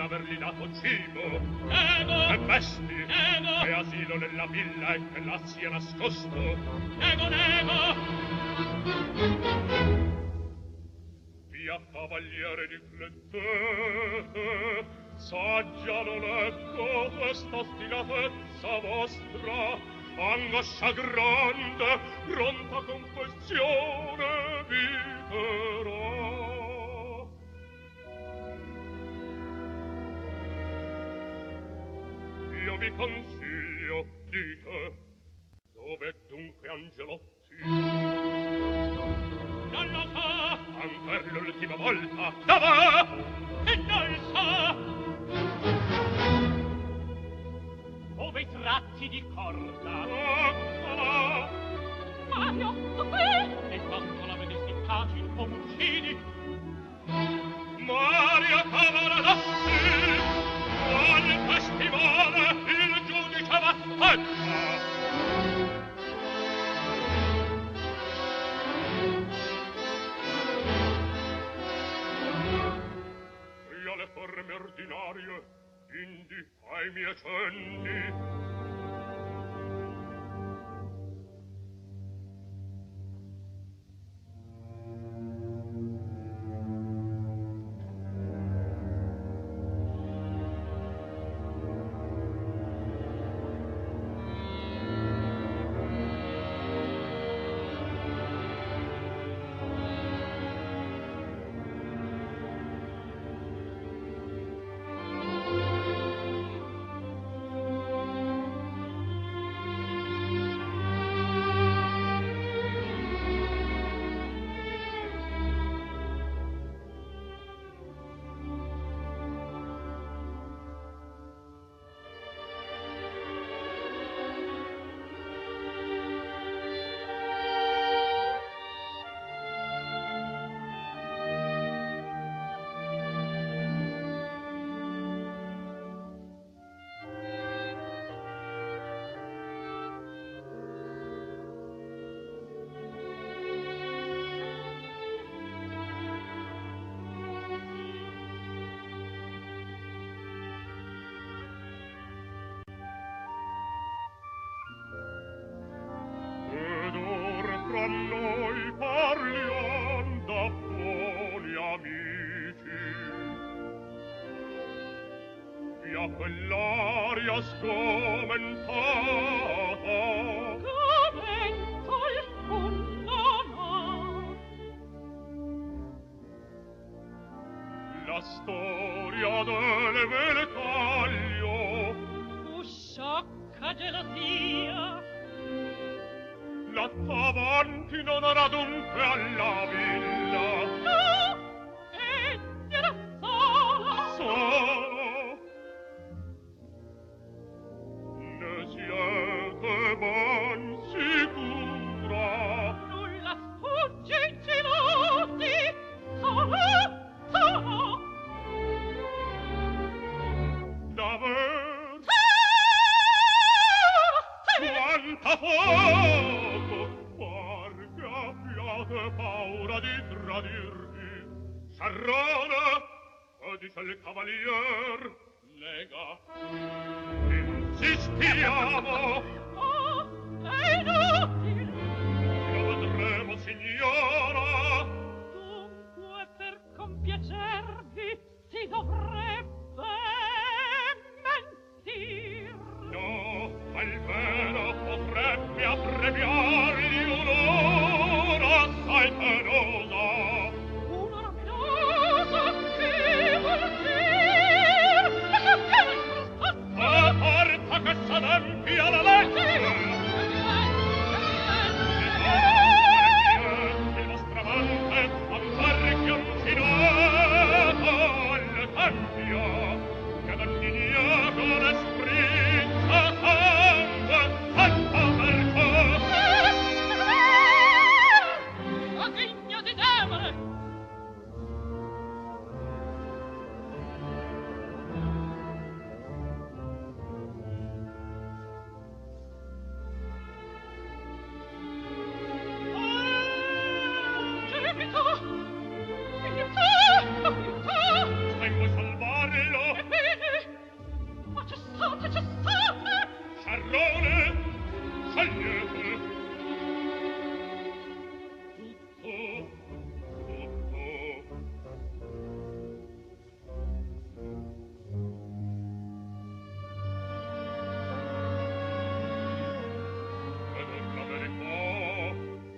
avergli dato cibo, nego, e vesti, nego, e asilo nella villa e che là sia nascosto, nego, nego. Via cavaliere di Flette, saggia non ecco questa ostinatezza vostra, angoscia grande, pronta confessione viterò. Io vi consiglio, dite, dove dunque Angelotti? Non lo so, anche l'ultima volta, dove? E non so. Dove i tratti di corda? Eccola! Mario, tu qui? E quando la vedessi pagin o uccidi? Maria Cavaradossi, al festivale il giudice v'aspetta. Io le forme ordinarie, indi ai miei cenni. Noi parliam da buoni amici, via quell'aria sgomentata, Commento alcun non ha. la storia delle vele taglio, Fu sciocca gelosia. L'attavanti non era dunque alla villa. No, egli era solo. Solo. Ne siete ben sicura? Nulla sfugge in celosi. Solo, solo. Davvero? Sì, sì. Quanta poco! Par che abbiate paura di tradirvi. Sciarrone, che dice il cavalier? Lega. Insistiamo. Oh, è inutile. Lo vedremo, signora. Dunque, per compiacervi, si dovrebbe mentir. No, almeno potrebbe abbreviargli un'ora assai penosa. Un'ora penosa che vuol dir? E che viene in questo A forza che s'adempia la legge. Il vostro amante ammarchi uncinato al tempio, che d'anninia con esprizza sangue santa perciò. Ma digno di temere! padrone, scegliete. Tutto, tutto. Ed è la verità.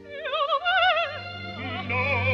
No.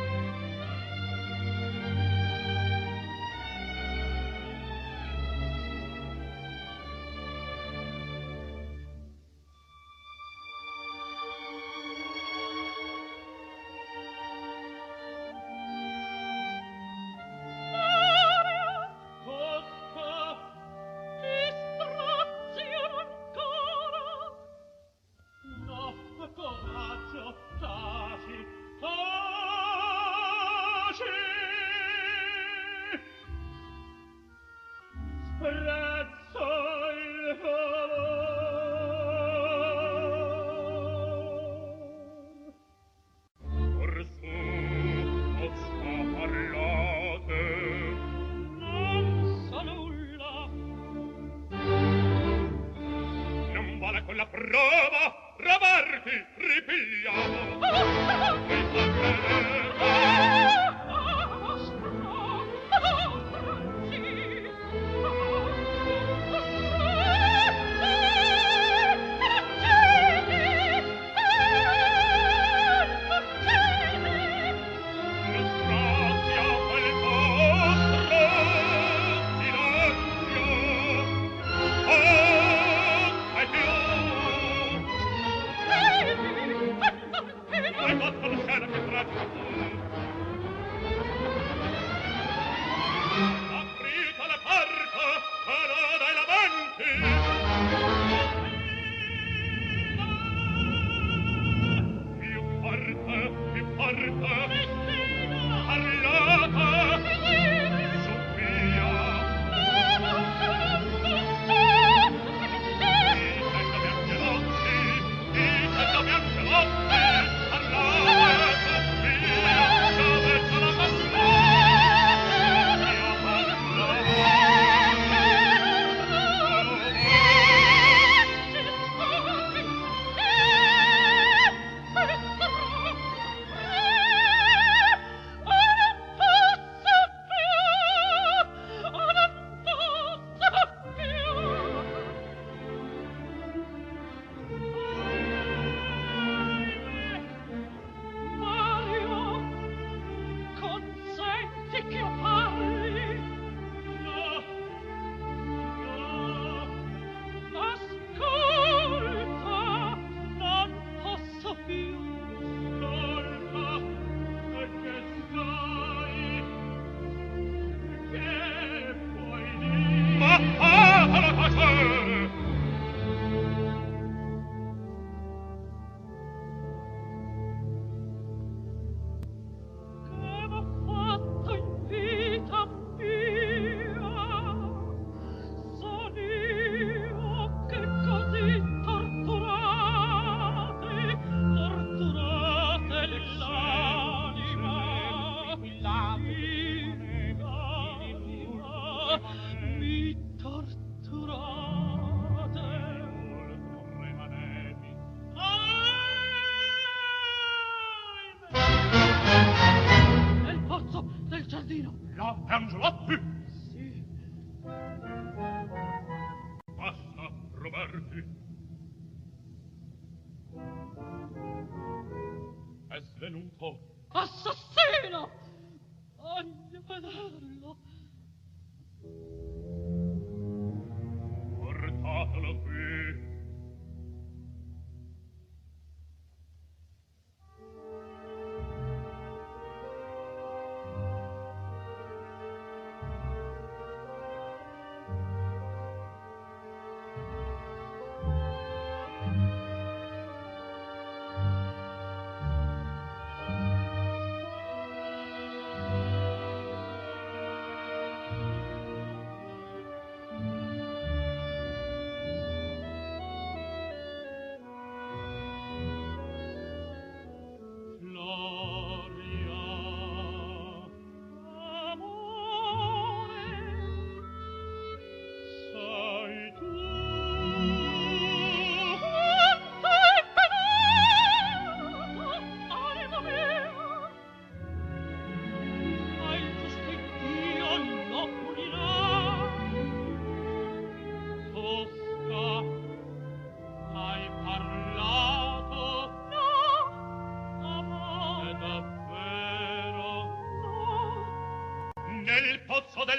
È svenuto. Assassino! Voglio vederlo. Portatelo qui.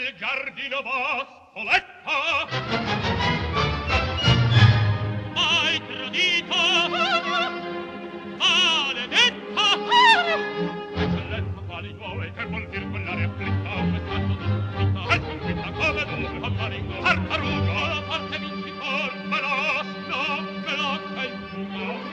nel giardino Boscoletta hai tradito maledetta eccellenza quali vuole che vuol dir quell'aria afflitta un messaggio di sconfitta e sconfitta come dunque con maringo tartarugo la parte vincitore veloce no veloce il fumo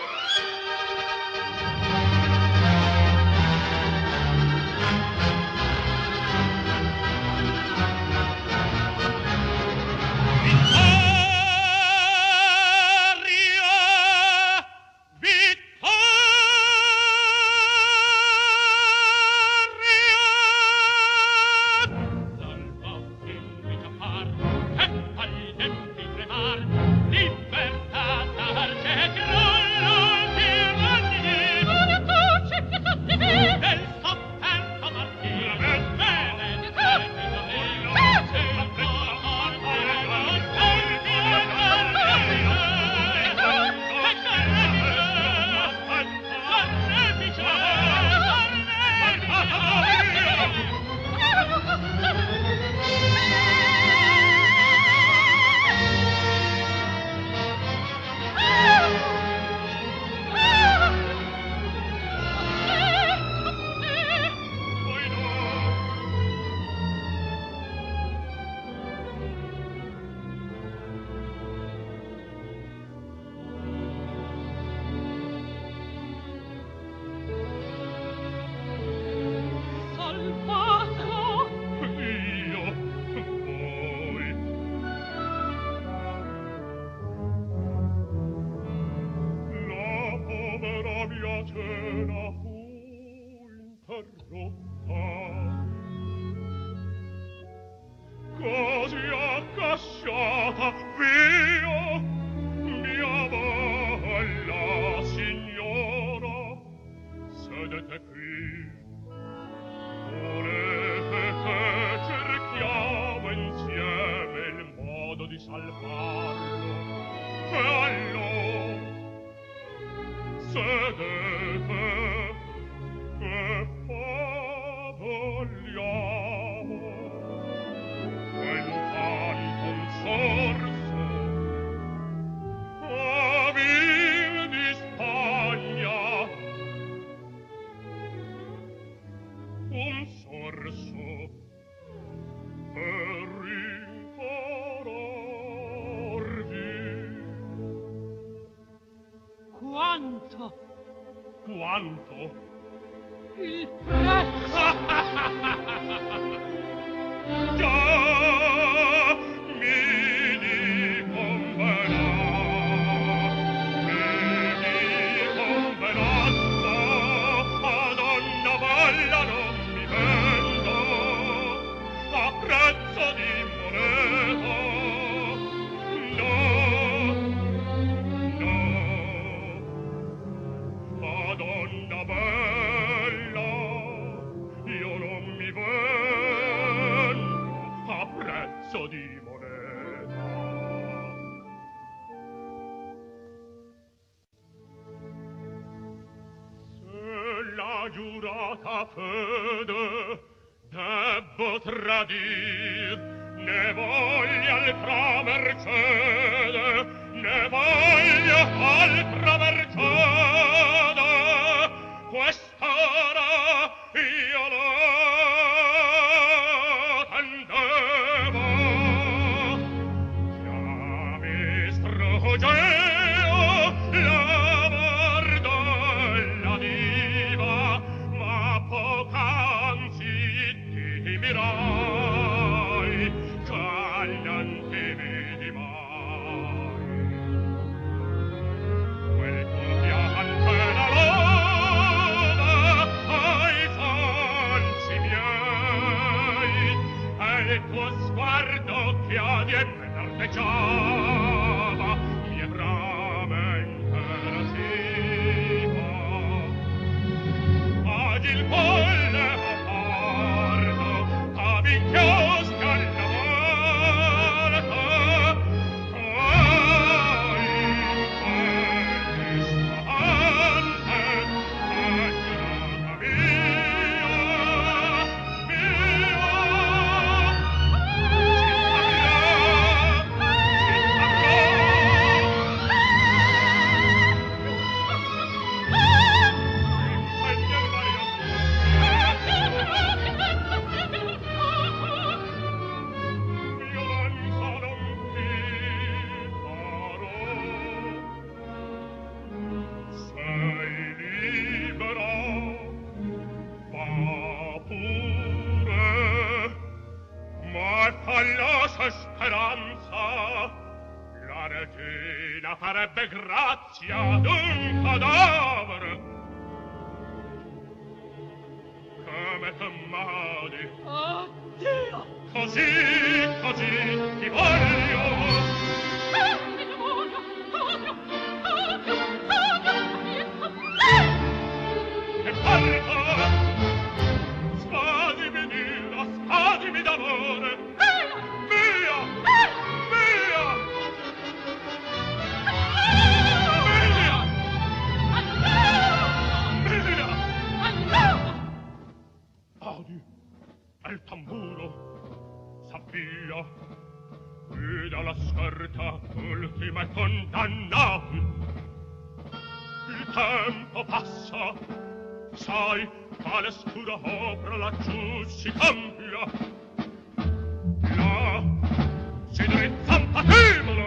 giurata fede debbo tradir ne voglio altra mercede ne voglio altra mercede quest'ora io la tendevo già mi struggeo l'amor della diva ma poc'anzi ti mirai che non ti vedi mai quel tuo piante da loda ai falsi miei e il tuo sguardo che a di e dardeggiava mi è veramente Ora farebbe grazia d'un cadavere. Come t'ammali? Oh, Dio! Così, così ti voglio. Ah, ti voglio, odio, odio, odio, E parto! Spadimi d'ira, spadimi d'amore. via, Via! via, Via! via, Via! allora, Adi, è il tamburo. Sappia, qui dalla scorta ultima e condannati. Il tempo passa, sai, quale scura opera laggiù si cambia. Là, si drizza un patibolo.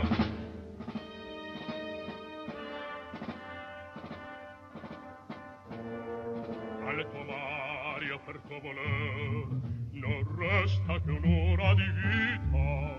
Al tuo Mario per tuo voler non resta che un'ora di vita.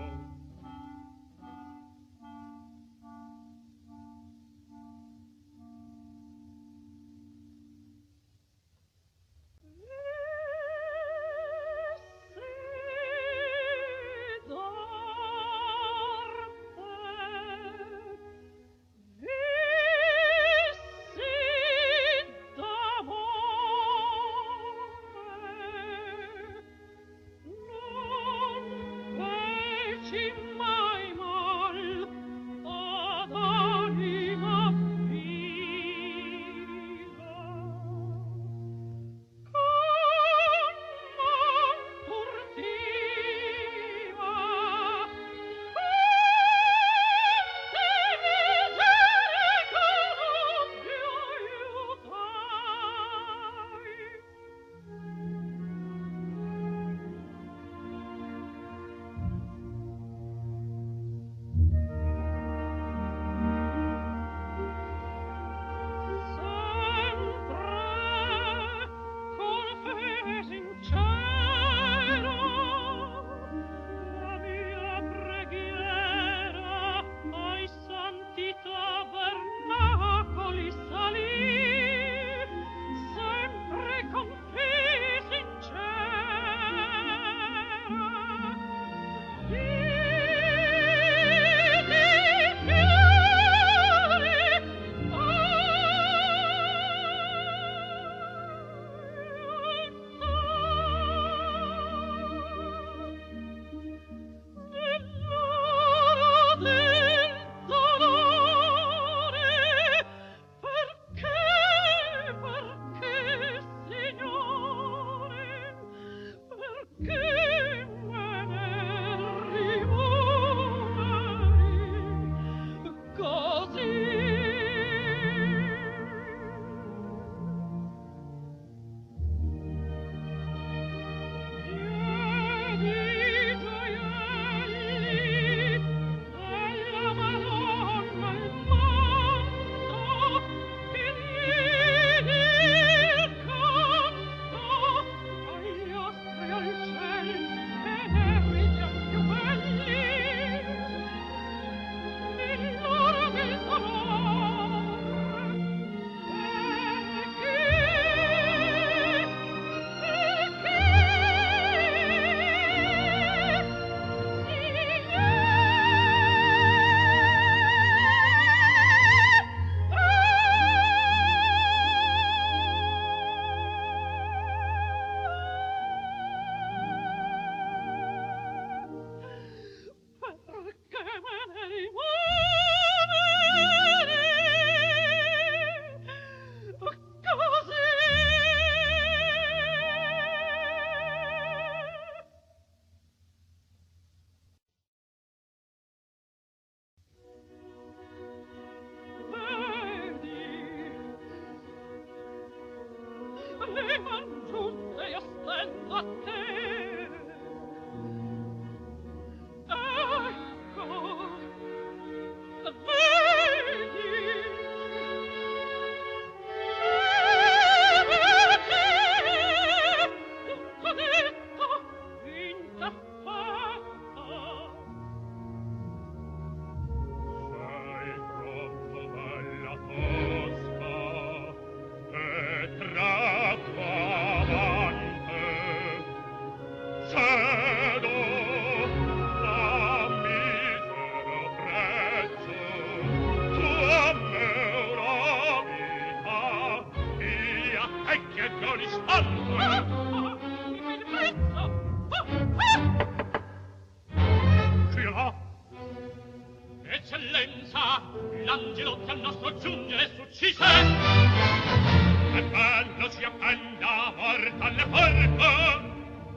forte al nostro giungere succise. E bello si appenda morta alle porte.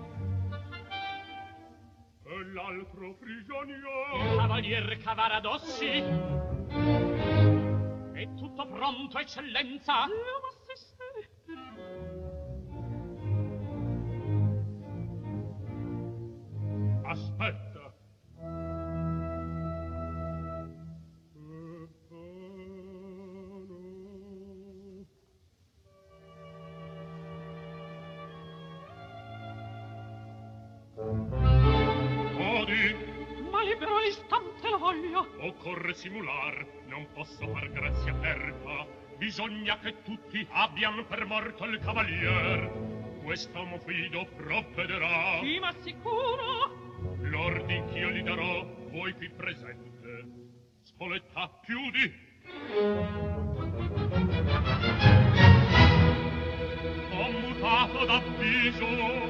E l'altro prigionier, cavalier Cavaradossi, è tutto pronto, eccellenza. Dio m'assiste. Aspetta. Ma libero l'istante la voglio. Occorre simular, non posso far grazia aperta. Bisogna che tutti abbiano per morto il cavalier. Quest'uomo fido provvederà. Sì, ma sicuro. L'ordin ch'io gli darò, voi qui presente. Spoletta, chiudi. Ho mutato d'avviso.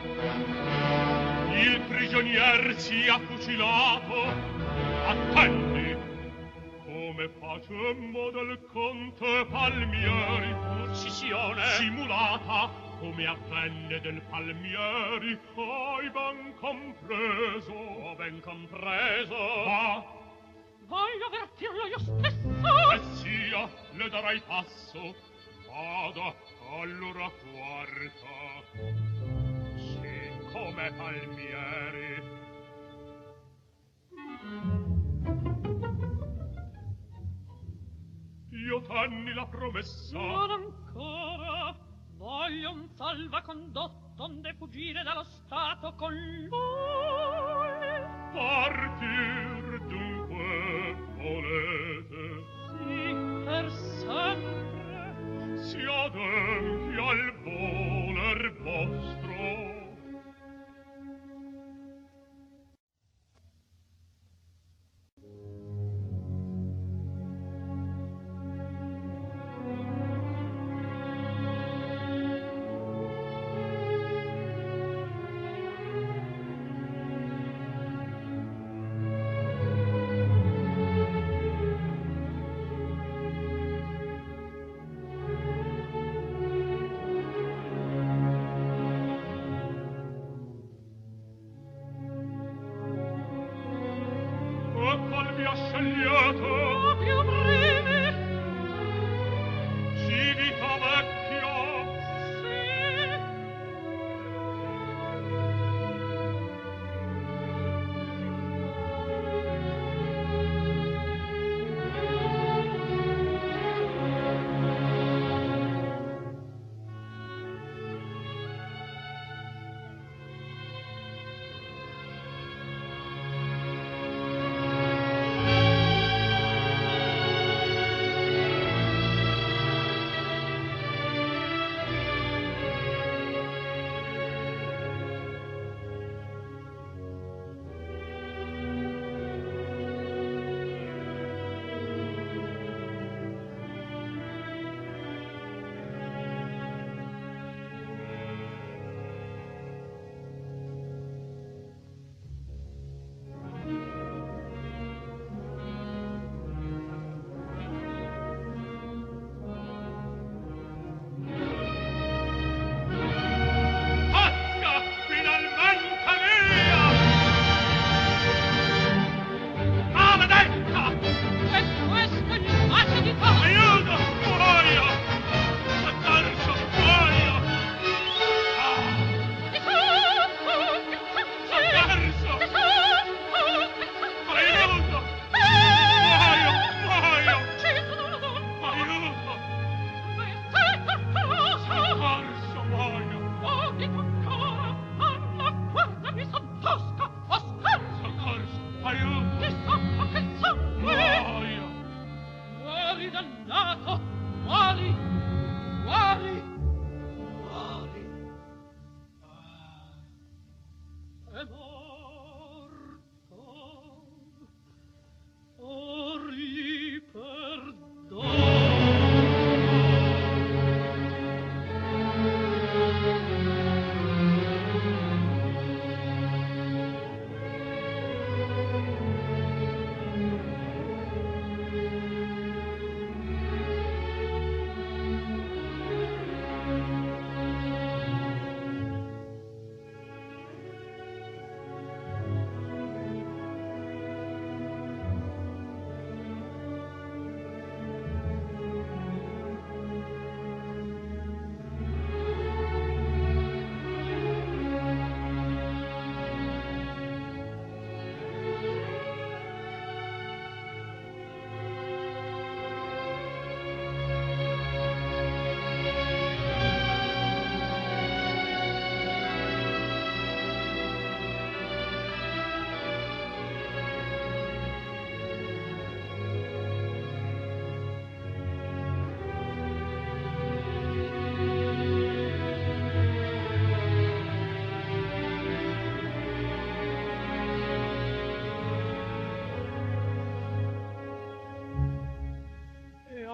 Il prigionier sia fucilato. Attendi. Come facemmo del conte Palmieri uccisione simulata, come avvenne del Palmieri. Hai ben compreso? Ho ben compreso. Va. Voglio avvertirlo io stesso. E sia, le darai passo. Vada, allora quarta. Sì, come Palmieri. Io tenni la promessa. Non ancora. Voglio un salvacondotto onde fuggire dallo stato con lui. Partir dunque volete? Sì, per sempre. Si adempi al voler vostro. Oh, più breve. Civita vecchia. Sì.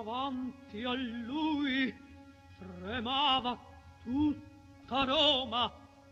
davanti a lui tremava tutta Roma.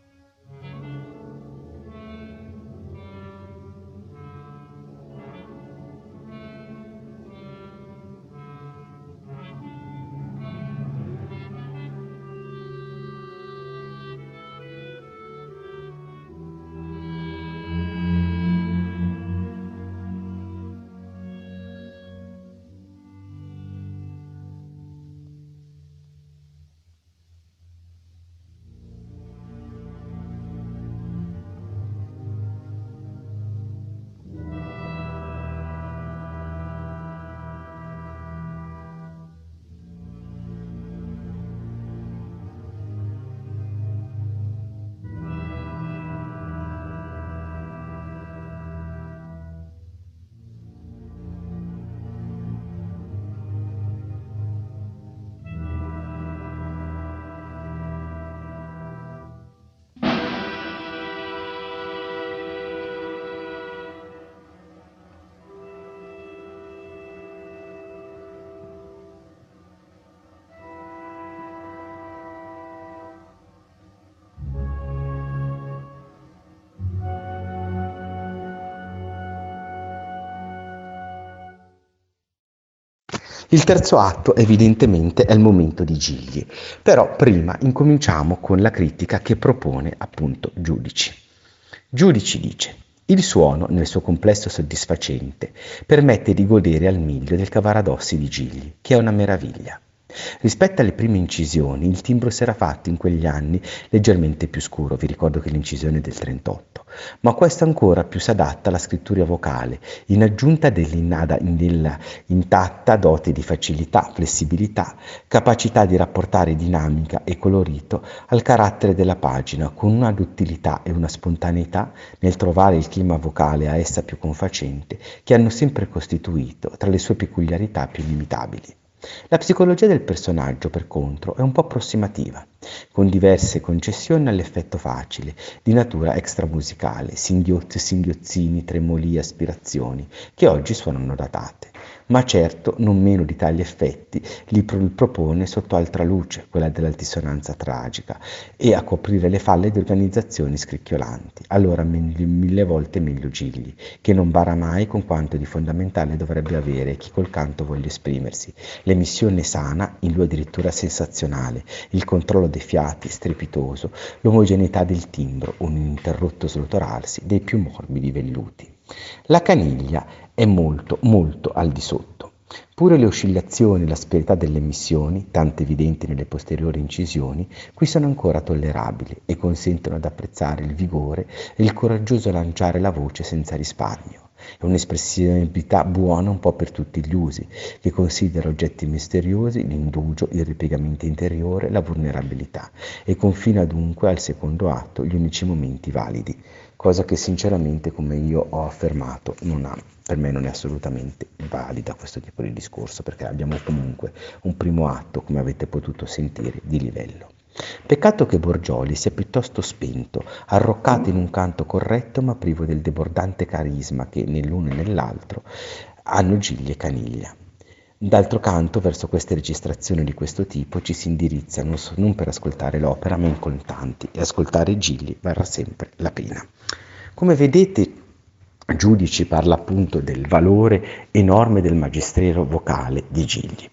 Il terzo atto evidentemente è il momento di Gigli, però prima incominciamo con la critica che propone appunto Giudici. Giudici dice: il suono, nel suo complesso soddisfacente, permette di godere al miglio del Cavaradossi di Gigli, che è una meraviglia. Rispetto alle prime incisioni, il timbro si era fatto in quegli anni leggermente più scuro, vi ricordo che l'incisione è del trentotto, ma questo ancora più si adatta alla scrittura vocale, in aggiunta dell'intada, della intatta dote di facilità, flessibilità, capacità di rapportare dinamica e colorito al carattere della pagina, con una duttilità e una spontaneità nel trovare il clima vocale a essa più confacente, che hanno sempre costituito tra le sue peculiarità più inimitabili. La psicologia del personaggio, per contro, è un po' approssimativa, con diverse concessioni all'effetto facile, di natura extramusicale, singhiotti, singhiozzini, tremoli, aspirazioni, che oggi suonano datate. Ma certo, non meno di tali effetti, li propone sotto altra luce, quella dell'altisonanza tragica, e a coprire le falle di organizzazioni scricchiolanti. Allora meglio, mille volte meglio Gigli, che non bara mai con quanto di fondamentale dovrebbe avere chi col canto voglia esprimersi. L'emissione sana, in lui addirittura sensazionale, il controllo dei fiati strepitoso, l'omogeneità del timbro, un ininterrotto slotorarsi dei più morbidi velluti. La caniglia è molto, molto al di sotto. Pure le oscillazioni e l'asperità delle emissioni, tanto evidenti nelle posteriori incisioni, qui sono ancora tollerabili e consentono ad apprezzare il vigore e il coraggioso lanciare la voce senza risparmio. È un'espressività buona un po' per tutti gli usi, che considera oggetti misteriosi, l'indugio, il ripiegamento interiore, la vulnerabilità, e confina dunque al secondo atto gli unici momenti validi, cosa che sinceramente, come io ho affermato, non ha, per me non è assolutamente valida questo tipo di discorso, perché abbiamo comunque un primo atto, come avete potuto sentire, di livello. Peccato che Borgioli sia piuttosto spento, arroccato in un canto corretto ma privo del debordante carisma che nell'uno e nell'altro hanno Gigli e Caniglia. D'altro canto, verso queste registrazioni di questo tipo ci si indirizza non, so, non per ascoltare l'opera ma in contanti, e ascoltare Gigli varrà sempre la pena. Come vedete, Giudici parla appunto del valore enorme del magistrero vocale di Gigli.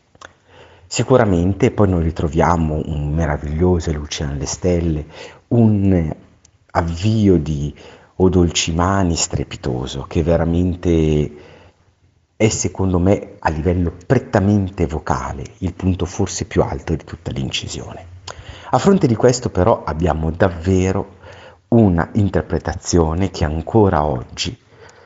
Sicuramente poi noi ritroviamo un meraviglioso Luciano alle stelle, un avvio di O Dolcimani strepitoso, che veramente è secondo me a livello prettamente vocale il punto forse più alto di tutta l'incisione. A fronte di questo però abbiamo davvero una interpretazione che ancora oggi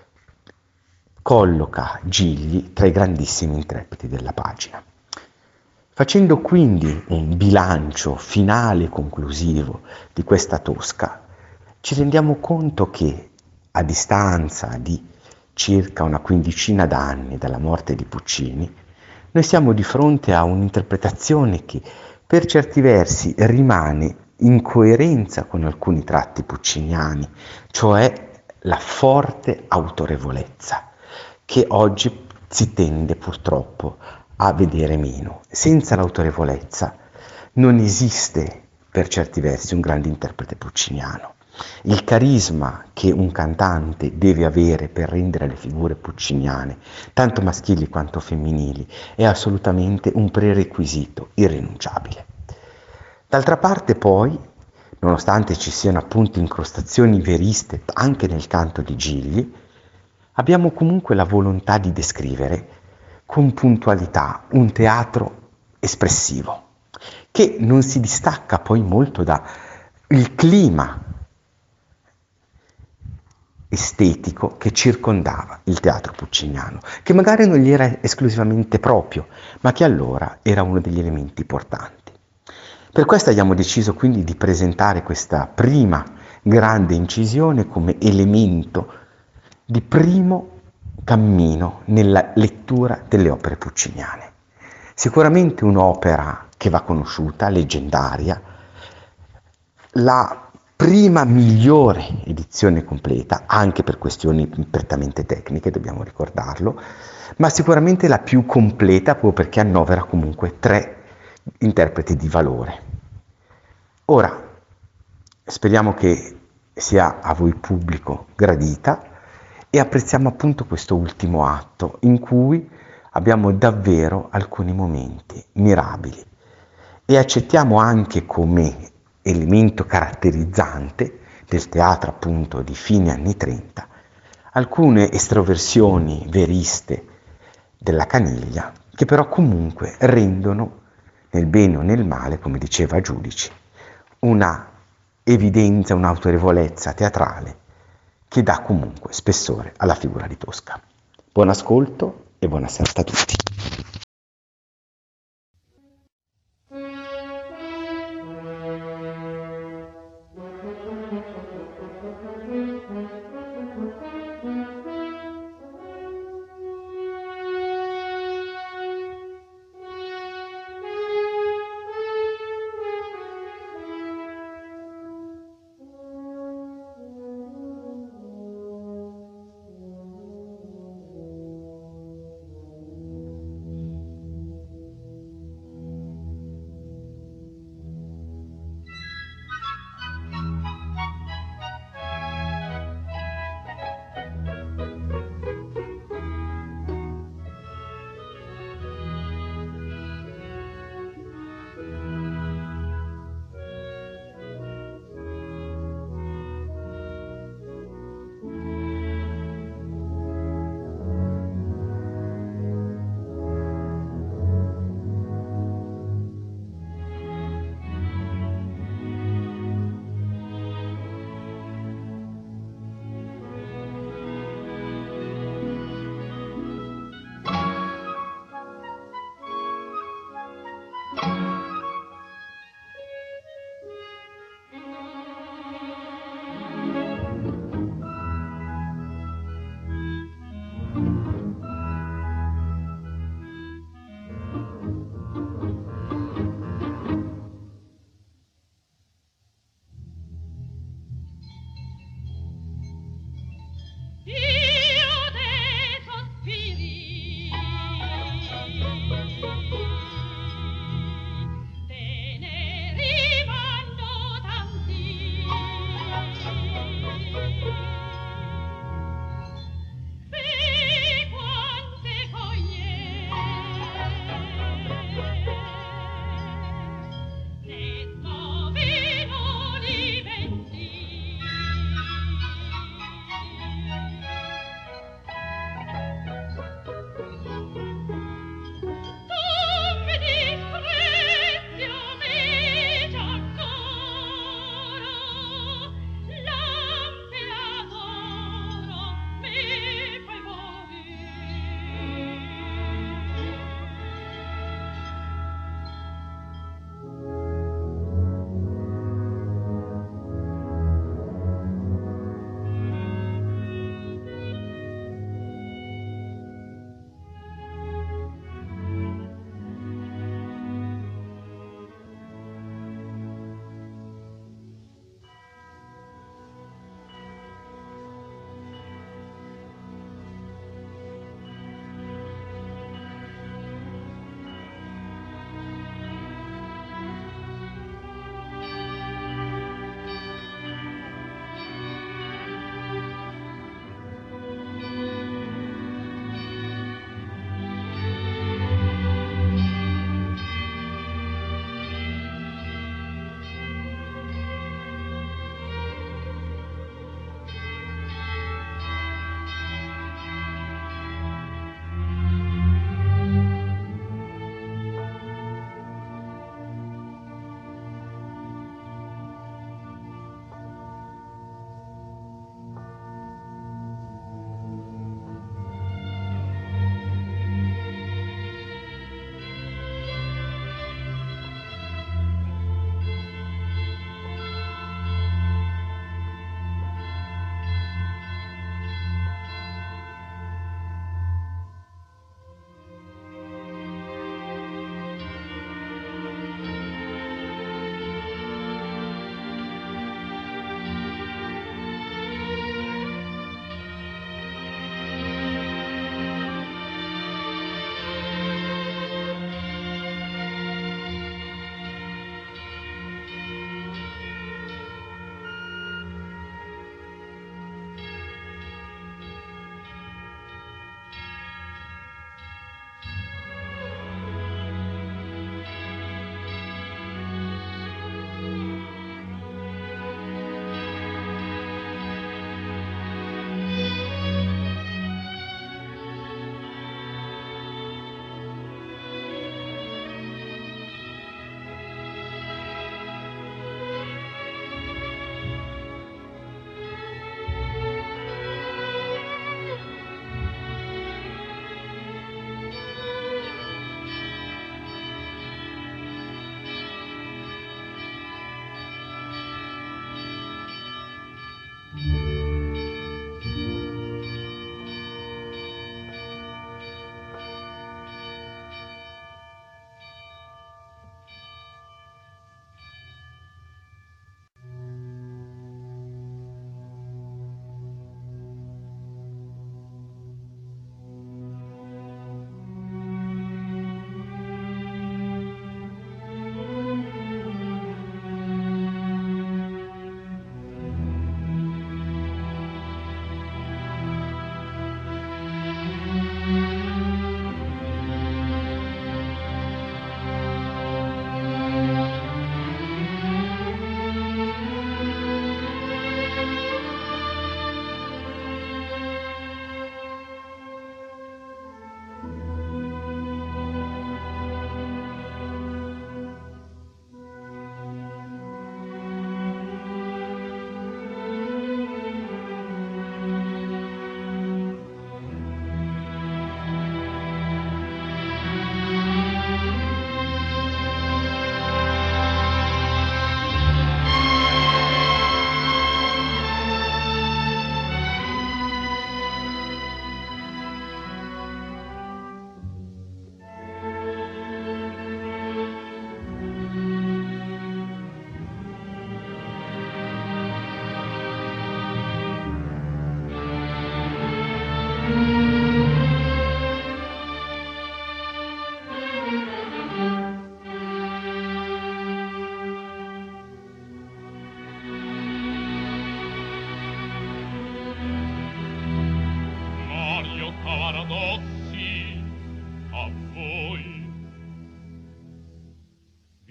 colloca Gigli tra i grandissimi interpreti della pagina. Facendo quindi un bilancio finale e conclusivo di questa Tosca, ci rendiamo conto che a distanza di circa una quindicina d'anni dalla morte di Puccini, noi siamo di fronte a un'interpretazione che per certi versi rimane in coerenza con alcuni tratti pucciniani, cioè la forte autorevolezza che oggi si tende purtroppo a vedere meno. Senza l'autorevolezza non esiste per certi versi un grande interprete pucciniano. Il carisma che un cantante deve avere per rendere le figure pucciniane, tanto maschili quanto femminili, è assolutamente un prerequisito irrinunciabile. D'altra parte poi, nonostante ci siano appunto incrostazioni veriste anche nel canto di Gigli, abbiamo comunque la volontà di descrivere con puntualità un teatro espressivo, che non si distacca poi molto dal clima estetico che circondava il teatro pucciniano, che magari non gli era esclusivamente proprio, ma che allora era uno degli elementi portanti. Per questo abbiamo deciso quindi di presentare questa prima grande incisione come elemento di primo cammino nella lettura delle opere pucciniane. Sicuramente un'opera che va conosciuta, leggendaria, la prima migliore edizione completa, anche per questioni prettamente tecniche, dobbiamo ricordarlo, ma sicuramente la più completa proprio perché annovera comunque tre interpreti di valore. Ora, speriamo che sia a voi pubblico gradita e apprezziamo appunto questo ultimo atto in cui abbiamo davvero alcuni momenti mirabili e accettiamo anche come elemento caratterizzante del teatro appunto di fine anni trenta alcune estroversioni veriste della Caniglia che però comunque rendono nel bene o nel male, come diceva Giudici, una evidenza, un'autorevolezza teatrale che dà comunque spessore alla figura di Tosca. Buon ascolto e buona serata a tutti.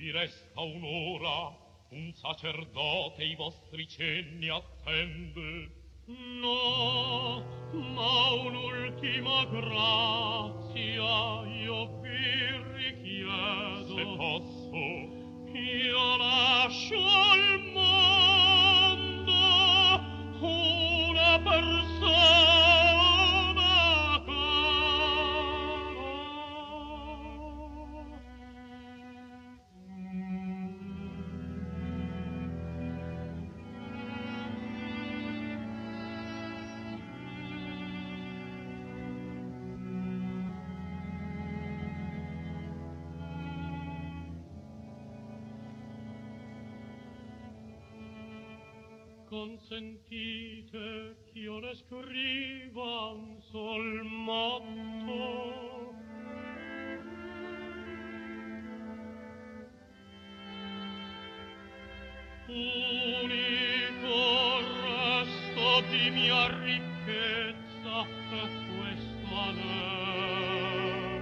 vi resta un'ora, un sacerdote i vostri cenni attende. No, ma un'ultima grazia io vi richiedo. Se posso, io lascio al mondo una persona cara. Consentite ch'io le scriva un sol motto. Unico resto di mia ricchezza è questo anel.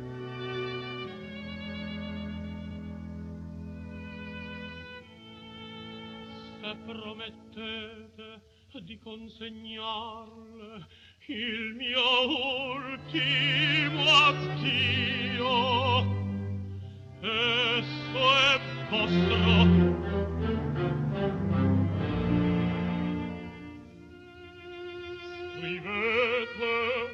Se promettete di consegnarle il mio ultimo addio, esso è vostro. Scrivete.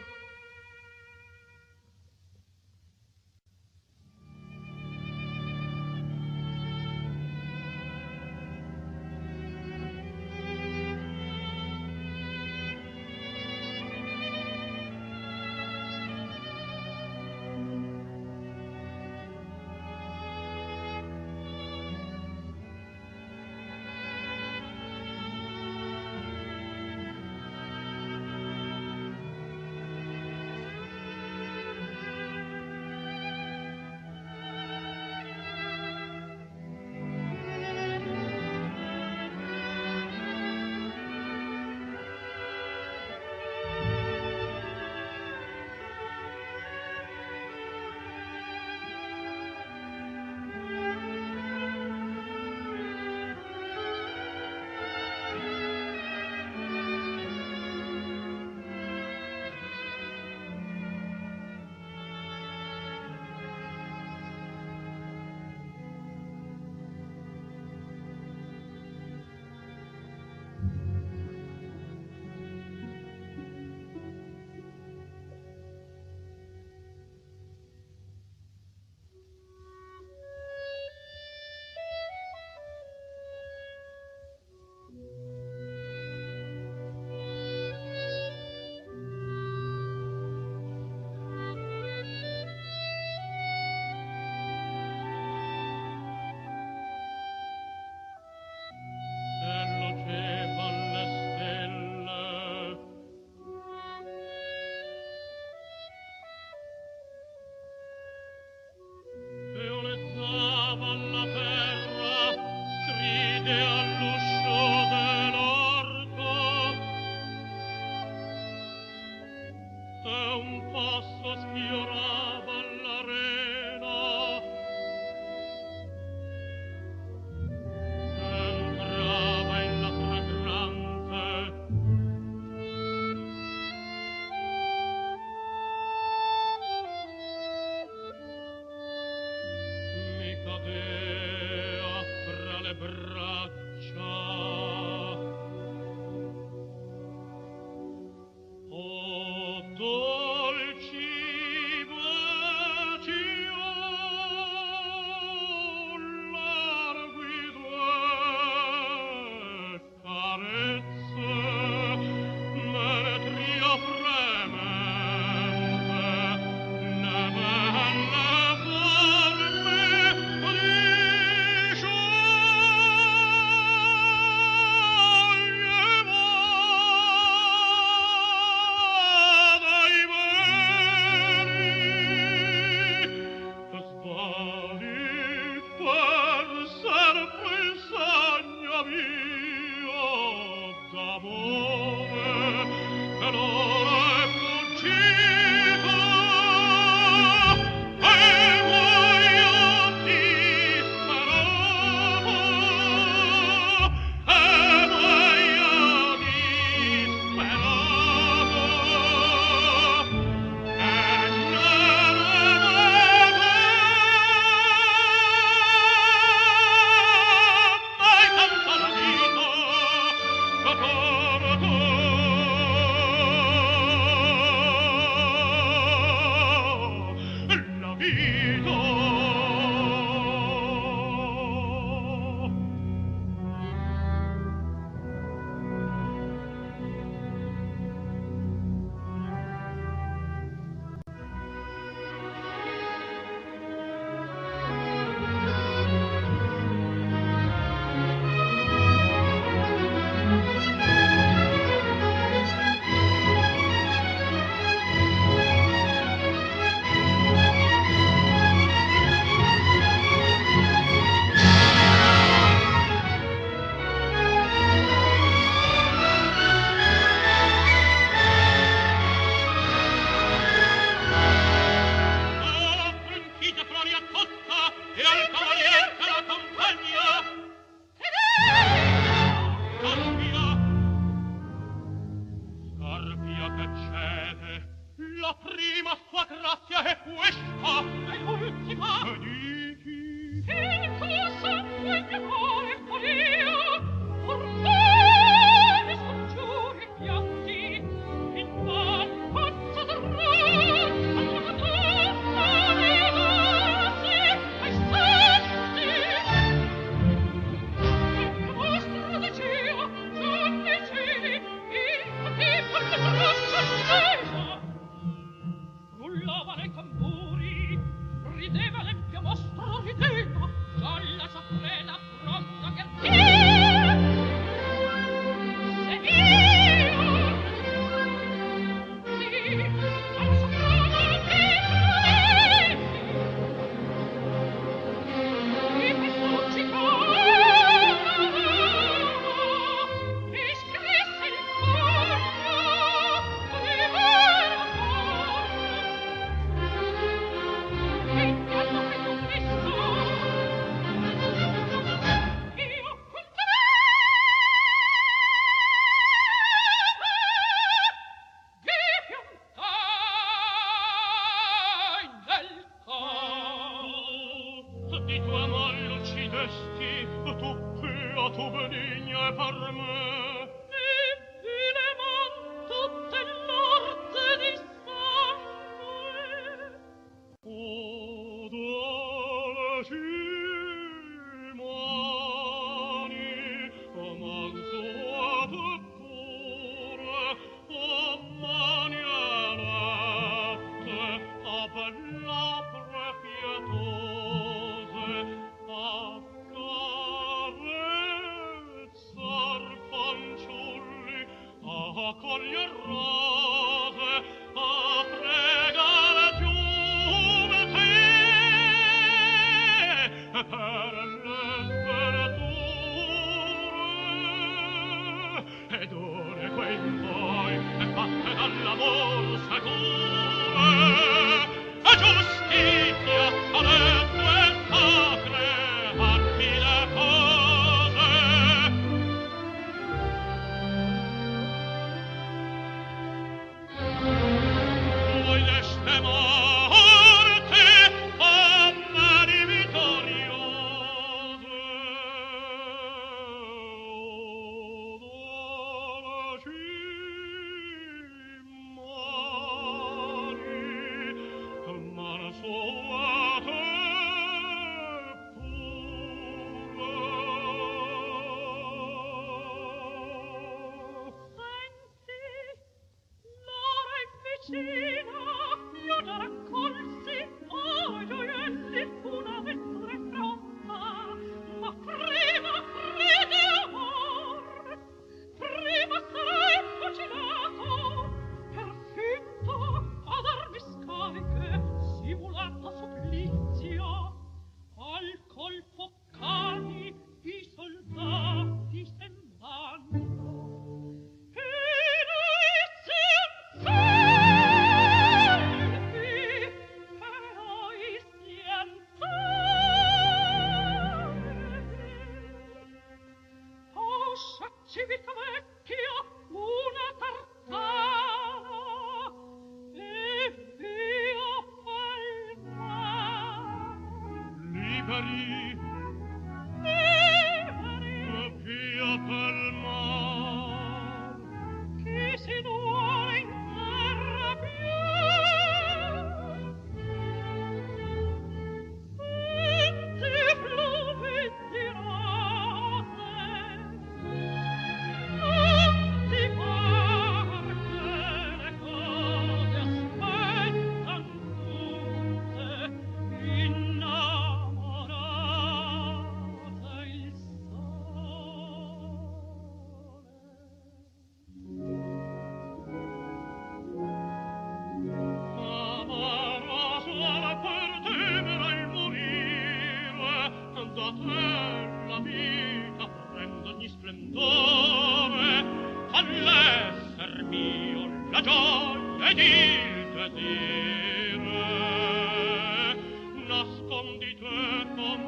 Nascondite con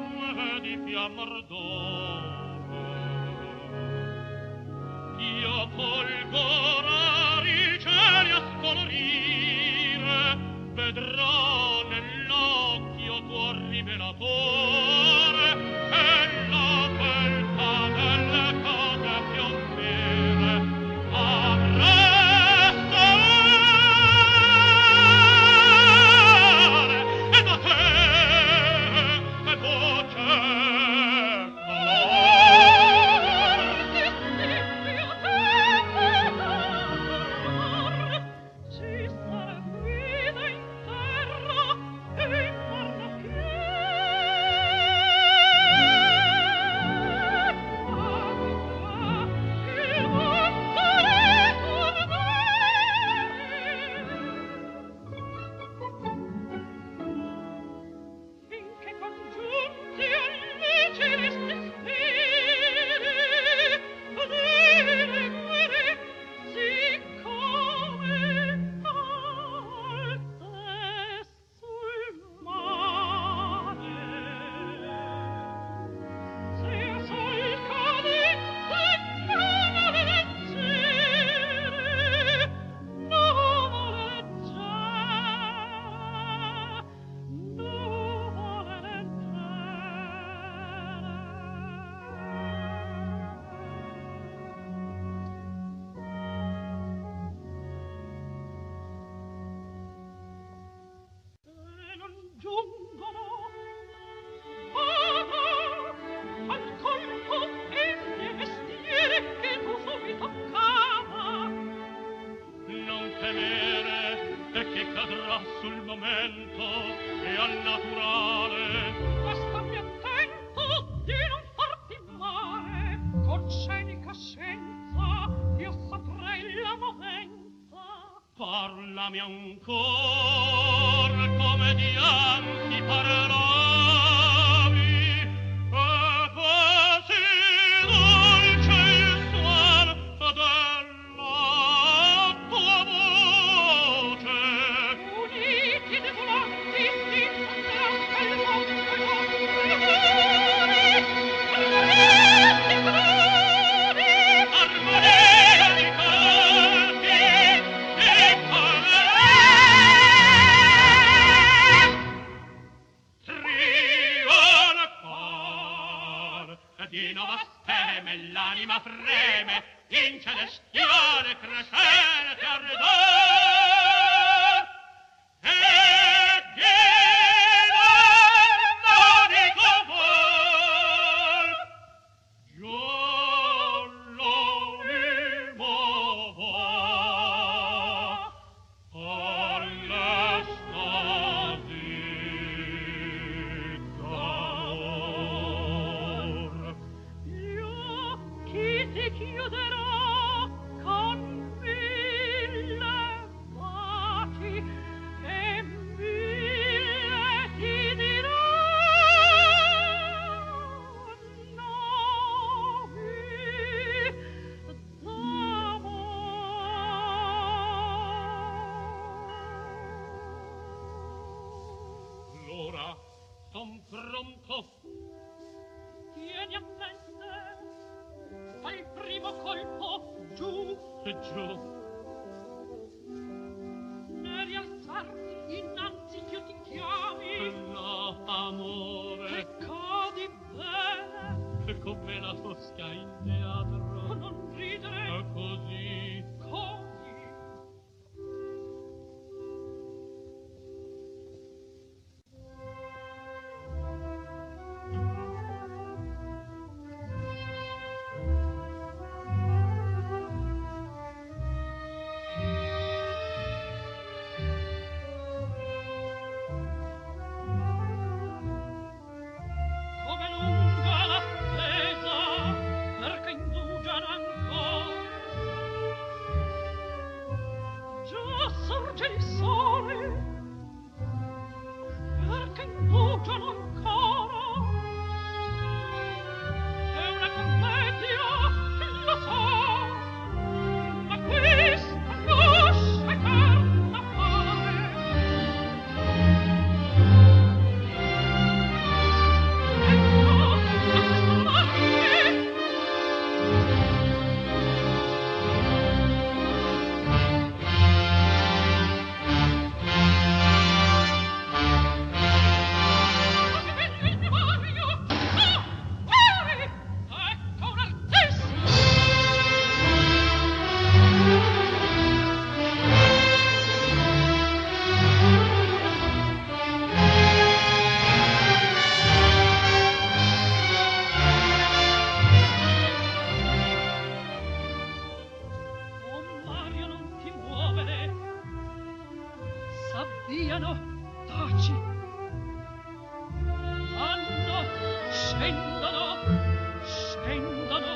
e di fiammar d'oro. Io folgorare i cieli a scolorire, vedrò nell'occhio tuo rivelatore e la beltà delle cose più vere apprestare e da te e voce ci sarà guida in terra e in marna finché congiunti amici resti spiri, dire, guidi, siccome alte sul mare. Se sol cadente nuvole leggere, nuvole leggere, nuvole leggere. E non giungono al colpo e le mestiere che tu subito cava. Non temere e che cadrà sul momento e al naturale. Ma stammi attento di non farti male. Con scenica scienza io saprei la movenza. Parlami ancor come dianzi parlavi, e così dolce il suon della tua voce. Uniti de volanti si anche il mondo nostro amore, armonia di colori, armonia di canti e colori. Trionfar di nuova steme l'anima freme in celestiale crescente ardor e divinamente vol io l'animo va all'estasi d'amor. Gli occhi ti chiuderò con mille baci e mille ti diranno d'amor. L'ora son pronto. Tieni a mente, fai il primo colpo giù e giù. Ne rialzarti innanzi che io ti chiami. No, amore. E cadi bene. E come la fosca in teatro. Non ridere. E così. Così. scendono, scendono,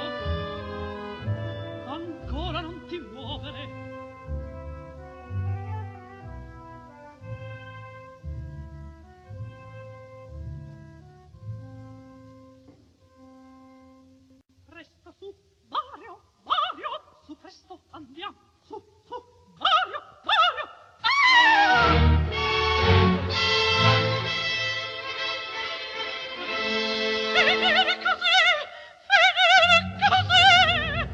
ancora non ti muovere. Presto su, Mario, Mario, su presto andiamo, su, su, Mario, Mario, ah! Finire così, finire così!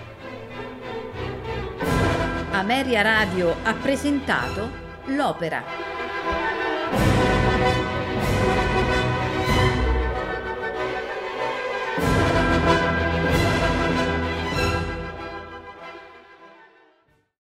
Ameria Radio ha presentato l'opera.